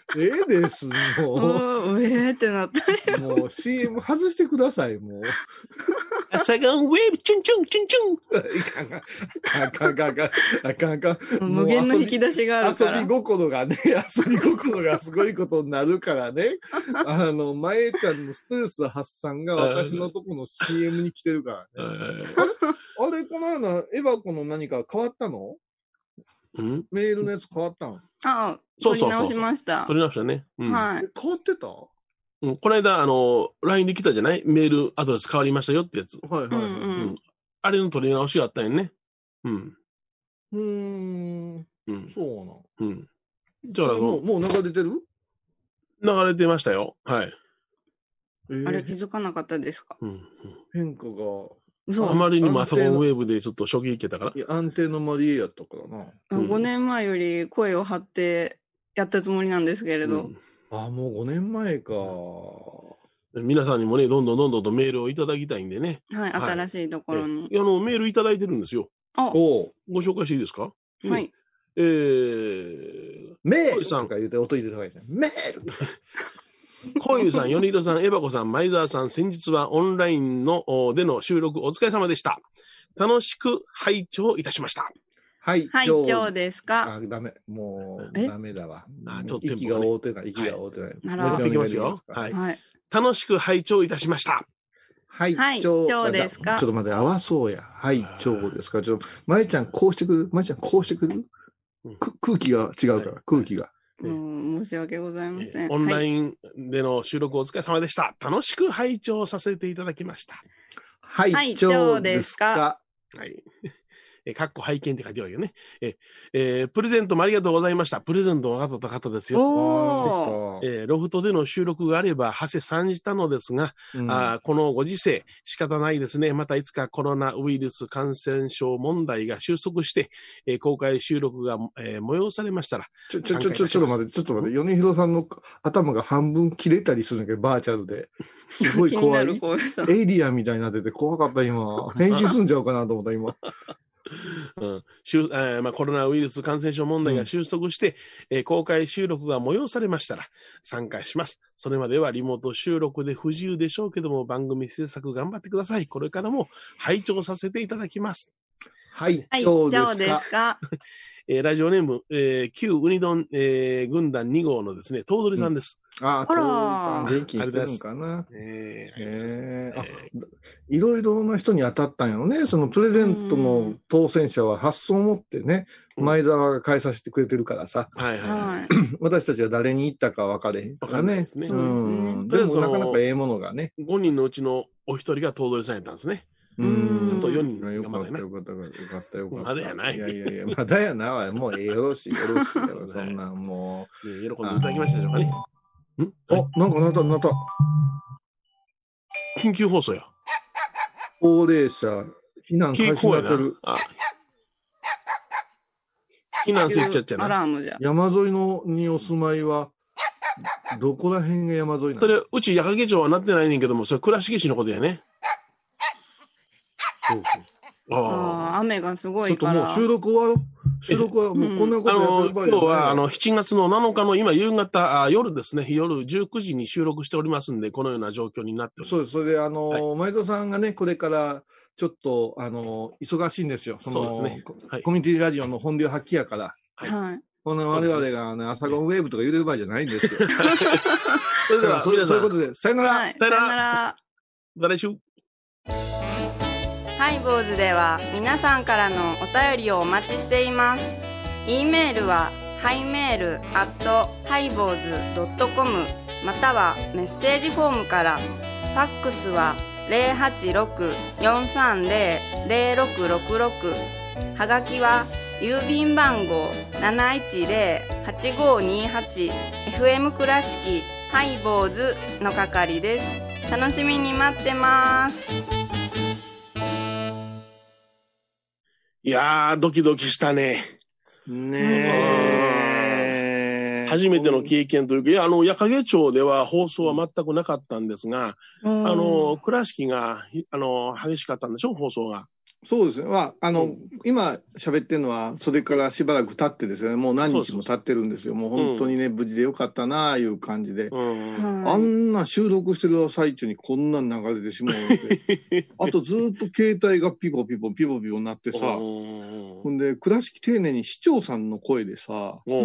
ええです、もう。うえーってなった。 う。もう シーエム 外してください、もう。 朝がウェーブ、チュンチュン、チュンチュン。 いかんあかんあかんあかんあかんあかん。 無限の引き出しがあるから。 遊び心がね、遊び心がすごいことになるからね。あの、まえちゃんのストレス発散が私のとこの シーエム に来てるからね。あれ、あれこのようなエバコの何か変わったの？ んメールのやつ変わったの？ ああ、 そうそうそうそう。 取り直しました。 取り直したね。うん、 はい。 変わってた？ うん、この間、あの、ライン で来たじゃない？メールアドレス変わりましたよってやつ。 はいはいはい。うんうんうん、あれの取り直しがあったよね。うん。 うーん。うん。そうな。うん。 じゃあ、 もう、もう流れてる？ 流れてましたよ。はい。 えー、あれ気づかなかったですか？うん、うん、 変化が。 あまりにもあそこのウェーブでちょっと衝撃受けたから。 いや、安定のマリエやったからな。 うん、ごねんまえより声を張ってやったつもりなんですけれど。うん、 ああ、もうごねんまえか。 皆さんにもね、どんどんどんどんとメールをいただきたいんでね。 はい、はい、新しいところに。 あの、メールいただいてるんですよ。 あおご紹介していいですか？ はい。 えー、 メールさんから言うて音入れた方がいいですね。メールこういうさん、米広さん、エバコさん、前澤さん、先日はオンラインのでの収録お疲れ様でした。楽しく拝聴いたしました。 はい、 拝聴ですか？ あ、ダメ。もう、ダメだわ。 あ、ちょっと息が合うてない、息が合うてない。 なるほど。 いきますよ。はい。楽しく拝聴いたしました。 拝聴ですか？ ちょっと待って、合わそうや。拝聴ですか？ちょっと、まえちゃんこうしてくる？まえちゃんこうしてくる？空気が違うから、空気が。 うん、申し訳ございません。 オンラインでの収録お疲れ様でした。楽しく拝聴させていただきました。 拝聴ですか？ はい。え、かっこ拝見って書いてあるよね。え、えー、プレゼントもありがとうございました。プレゼントを分かった方ですよ。 おえー、ロフトでの収録があれば、はせ参じたのですが、うん、あこのご時世、仕方ないですね。またいつかコロナウイルス感染症問題が収束して、えー、公開収録が、えー、催されましたら。 ちょ、ちょ、ちょ、ちょ、ちょっと待って、ちょっと待って、米広さんの頭が半分切れたりするんだけど、バーチャルで。すごい怖い。エイリアンみたいになってて怖かった、今。変身すんじゃうかなと思った、今。 うんしゅえーまあ、コロナウイルス感染症問題が収束して、うんえー、公開収録が催されましたら参加します。それまではリモート収録で不自由でしょうけども、番組制作頑張ってください。これからも拝聴させていただきます。 はい、そうですか。 ですかえー、ラジオネーム、えー、旧ウニ丼、えー、軍団に号のですね、頭取さんです。 うん、ああ、頭取さん元気にしてるんかな。えー、えー、あ、いろいろな人に当たったんやろね。そのプレゼントの当選者は発想を持ってね、前澤が返させてくれてるからさ。 はいはい。 私たちは誰に言ったか分かれへんからね。 ですね。 うん。でもなかなかええものがね。 ごにんのうちのお一人が頭取さんやったんですね。 うん。 あとよにんよかったよかったよかったよかった。 まだやない。 いやいやいや、まだやな。もうええよろしいよろしいよ。そんなんもう。喜んでいただきましたでしょうかね。んあ、なんかなったなった。 緊急放送や。 高齢者、避難開始になってる。 避難せっちゃっちゃな。 アラームじゃ。 山沿いのにお住まいは、どこら辺が山沿いなの？ それ、うち矢掛町はなってないねんけども、それ倉敷市のことやね。 そうそう。 ああ、雨がすごいから。 ちょっともう収録終わろう。収録はもうこんなことやってる場合じゃない。 今日はあのしちがつのなのかの今夕方あ、夜ですね、夜じゅうくじに収録しておりますんで、このような状況になっております。 そうです。それで、あの、はい、前田さんがね、これからちょっと、あの、忙しいんですよ。その、そうですね。はい、コミュニティラジオの本領発揮やから。 はい。 この我々が、ね、朝ゴンウェーブとか揺れる場合じゃないんですよ。 それでは、 そういうことで、さよなら。 はい、さよなら。 また来週。 ハイボーズでは皆さんからのお便りをお待ちしています。e メールはハイメールアットハイボーズドットコムまたはメッセージフォームから。ファックスは ゼロはちろく よんさんゼロ ゼロろくろくろく はがきは郵便番号 なないちゼロ はちごにはち エフエム 倉敷ハイボーズの係です。楽しみに待ってます。 いやー、ドキドキしたね。 ねえ。初めての経験というか、いや、あの、矢掛町では放送は全くなかったんですが、あの、倉敷が、あの、激しかったんでしょ、放送が。 そうですね。まあ、あの、 うん、 今喋ってるのは、それからしばらく経ってですよね。もう何日も経ってるんですよ。もう本当にね、うん、無事でよかったなあいう感じで。うん、あんな収録してる最中にこんなん流れてしまうので。あとずっと携帯がピポピポピポピポになってさ。ほんで、倉敷丁寧に市長さんの声でさ、うん、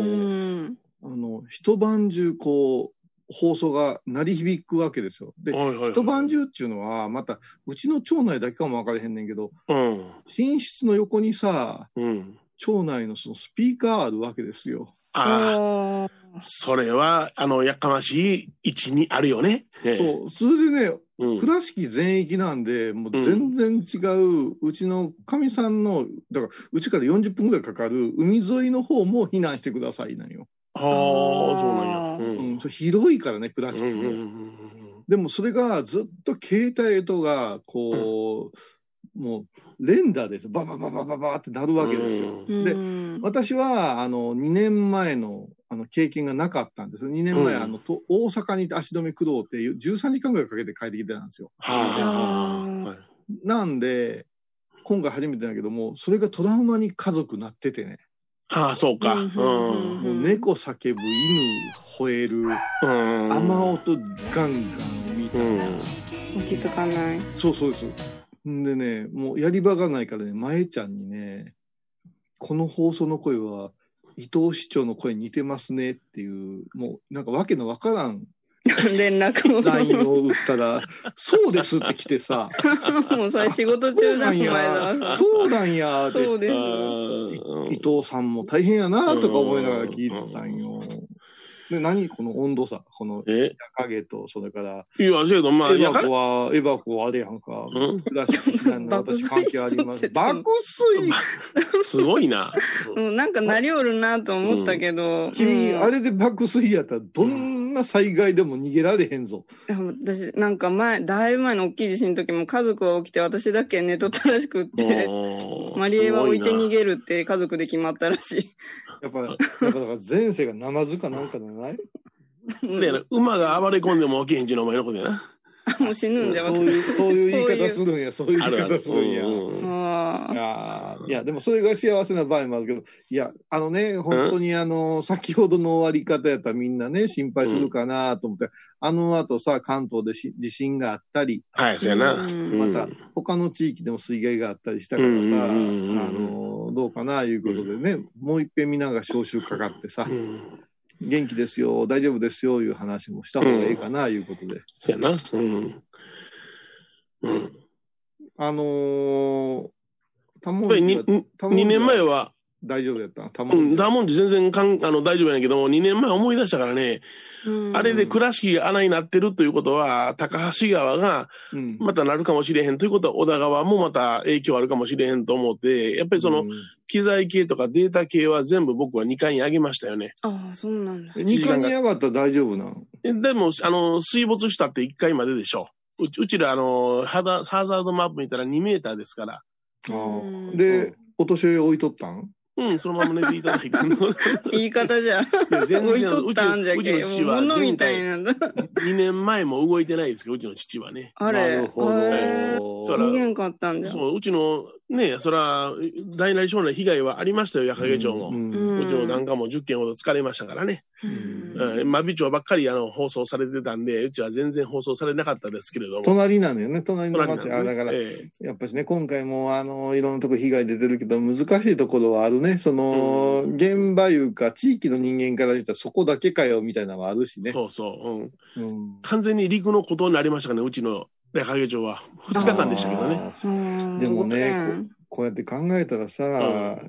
あの、一晩中こう、放送が鳴り響くわけですよ。で、はいはいはい、一晩中っていうのは、また、うちの町内だけかも分からへんねんけど、うん、寝室の横にさ、うん、町内のそのスピーカーあるわけですよ。 ああ、それは、あの、やかましい位置にあるよね。 そう。それでね、うん、倉敷全域なんで、もう全然違う、うん、うちのかみさんの、だから、うちからよんじゅっぷんぐらいかかる海沿いの方も避難してくださいなんよ。 ああ、そうなんや。 うん、それ広いからね、倉敷も、うんうんうんうん。でもそれがずっと携帯とが、こう、うん、もう連打です。ババババババってなるわけですよ。うん、で、私は、あの、にねんまえの、あの、経験がなかったんです。にねんまえ、うん、あの、と大阪に足止め苦労ってじゅうさんじかんぐらいかけて帰ってきてたんですよ。はあ、なんで、今回初めてだけども、それがトラウマに家族なっててね。 ああ、そうか。うん。 もう猫叫ぶ、犬吠える、雨音ガンガンみたいな。 落ち着かない。 そうそうです。んでね、もうやり場がないからね、まえちゃんにね、この放送の声は伊藤市長の声に似てますねっていう、もうなんかわけのわからん連絡をライン を打ったら、そうですって来てさ。 もうそれ仕事中だもん、前澤さん。 そうなんや。 そうです。 伊藤さんも大変やなとか思いながら聞いてたんよ。で、何この温度差。この、夜影と、それから。 いや、けど、まあ、 エバコは、エバコはあれやんか。クラシックなんで私関係あります。爆睡すごいな。 なんかなりおるなと思ったけど。 君、あれで爆睡やったら、どんな災害でも逃げられへんぞ。 私、なんか前、だいぶ前の大きい地震の時も家族は起きて私だけ寝とったらしくって、マリエは置いて逃げるって家族で決まったらしい。 やっぱ、やっぱだから前世がナマズかなんかじゃない？ で、馬が暴れ込んでも起きへんちのお前のことやな。 もう死ぬんじゃ、 そういう、そういう言い方するんや、そういう言い方するんや。いや、いや、でもそれが幸せな場合もあるけど、いや、あのね、本当にあの、先ほどの終わり方やったらみんなね、心配するかなと思って、うん、あの後さ、関東で地震があったり、 はい、そうやな。 また、他の地域でも水害があったりしたからさ、あの、どうかな、いうことでね、もう一遍みんなが招集かかってさ、うん元気ですよ、大丈夫ですよ、いう話もした方がいいかな、うん、いうことで。 そうやな。うん。 うん。あのー、タモンジは、にねんまえは、 大丈夫やったタモンジ。うん、タモンジ全然かんあの大丈夫やねんけども、にねんまえ思い出したからね、あれで倉敷が穴になってるということは、高橋川がまたなるかもしれへんということは、小田川もまた影響あるかもしれへんと思って、やっぱりその、機材系とかデータ系は全部僕はにかいに上げましたよね。 ああ、そうなんだ。 にかいに上がったら大丈夫なの？ でも、あの、水没したっていっかいまででしょ。うち、うちら、あの、ハザードマップ見たらにメーターですから。 あで、お年寄り置いとったん？ うん、そのまま寝ていただいて。 言い方じゃ。置いとったんじゃけ。 うちの父は物みたいなんだ。 にねんまえも動いてないですけど、うちの父はね。 あれ。なるほど。逃げんかったんじゃ。 そう、うちの、ね、そら、大なり小なり被害はありましたよ、矢掛町も。うちの檀家もじゅっけんほど疲れましたからね。真備町ばっかりあの放送されてたんで、うちは全然放送されなかったですけれども。 隣なのよね、隣の町。あ、だから、やっぱしね、今回もあの、いろんなとこ被害出てるけど、難しいところはあるね。その、現場いうか、地域の人間から言ったらそこだけかよ、みたいなのもあるしね。 そうそう。うん。完全に陸のことになりましたからね、うちの矢掛町は。ふつかかんでしたけどね。 でもね、こうやって考えたらさ、うん、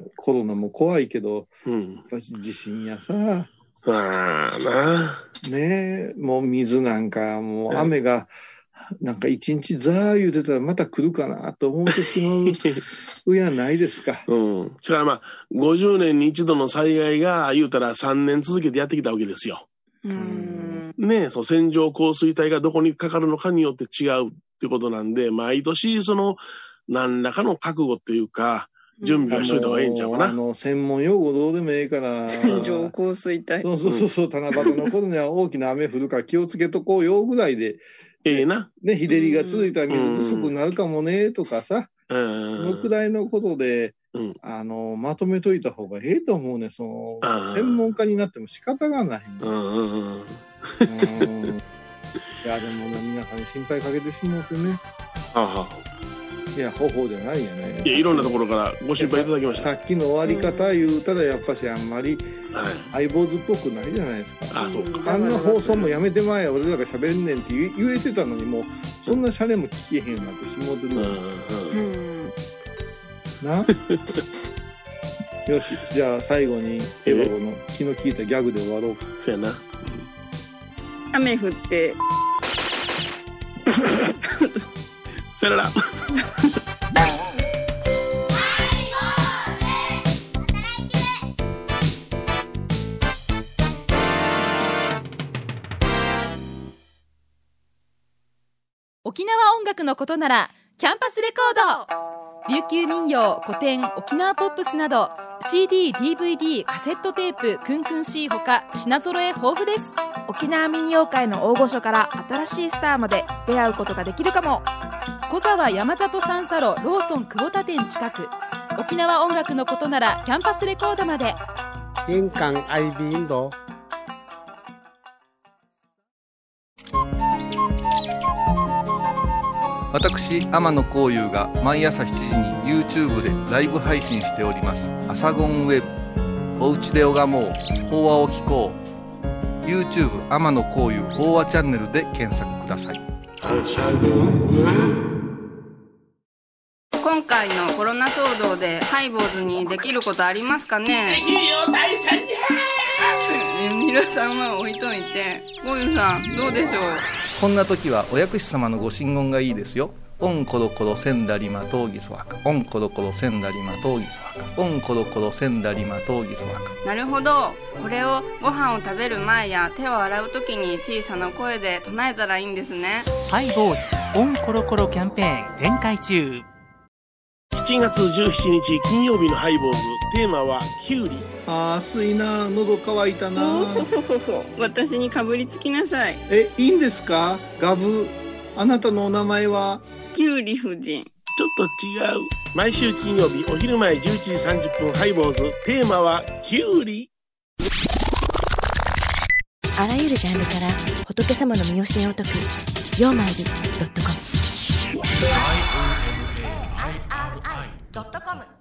コロナも怖いけど、うん、やっぱ地震やさ、 あなねえ、もう水なんか、もう雨が、なんか一日ザー言うてたらまた来るかなと思ってしまううやないですか。 うん。それからまあ、ごじゅうねんに一度の災害が言うたらさんねん続けてやってきたわけですよ。うん。ねえ、そう、線状降水帯がどこにかかるのかによって違うってことなんで、毎年その、何らかの覚悟っていうか、準備はしといた方がいいんちゃうかな。 あの、専門用語どうでもええから。 線状降水帯。 そうそうそうそう、七夕の頃には大きな雨降るから気をつけとこうよぐらいで。 ええな。 ね、日照りが続いたら水不足になるかもね、とかさ。 うん。 そのくらいのことで、 うん、 あの、まとめといた方がええと思うね。その、 あー専門家になっても仕方がないもん。 うんうんうん。 うんいや、でもね、皆さんに心配かけてしもうてね。 はあはあ、 いや、方法じゃないよね。 いや、いろんなところからご心配いただきました。 さっきの終わり方言うたら、やっぱしあんまり、 はい、 相棒図っぽくないじゃないですか。 あ、そうか。 あんな放送もやめてまえ、俺らが喋んねんって言え、言えてたのに、もう、そんなシャレも聞けへんようになってしもうてる。 うんうんうんなよし、じゃあ最後に、エヴァゴの気の利いたギャグで終わろうか。 そうやな。 雨降って。 さよなら。 沖縄音楽のことならキャンパスレコード、琉球民謡、古典、沖縄ポップスなど シーディー、ディーブイディー、カセットテープ、クンクン C ほか品揃え豊富です。 沖縄民謡界の大御所から新しいスターまで出会うことができるかも。 小沢山里三佐路ローソン久保田店近く。沖縄音楽のことならキャンパスレコードまで。 印港 アイビー インド。 私、天野幸雄が毎朝しちじに YouTube でライブ配信しております。アサゴンウェブ。おうちで拝もう。法話を聞こう。YouTube 天野幸雄法話チャンネルで検索ください。 今回のコロナ騒動でハイボーズにできることありますかね。 できるよ、大社に皆さんは置いといて、ゴユさんどうでしょう。 こんな時はお薬師様のご神言がいいですよ。オンコロコロセンダリマトウギソワカ。オンコロコロセンダリマトウギソワカ。オンコロコロセンダリマトウギソワカ。 なるほど。これをご飯を食べる前や手を洗うときに小さな声で唱えたらいいんですね。 ハイボーズオンコロコロキャンペーン展開中。 しちがつじゅうしちにち金曜日のハイボーズ、テーマはキュウリ。 あー暑いな、喉乾いたな。 ほほほほ、私にかぶりつきなさい。 え、いいんですかガブ。あなたのお名前はキュウリ夫人。 ちょっと違う。毎週金曜日お昼前じゅういちじさんじゅっぷんハイボーズ、テーマはキュウリ。 あらゆるジャンルから仏様の身教えを解くようまいり .com ドットコム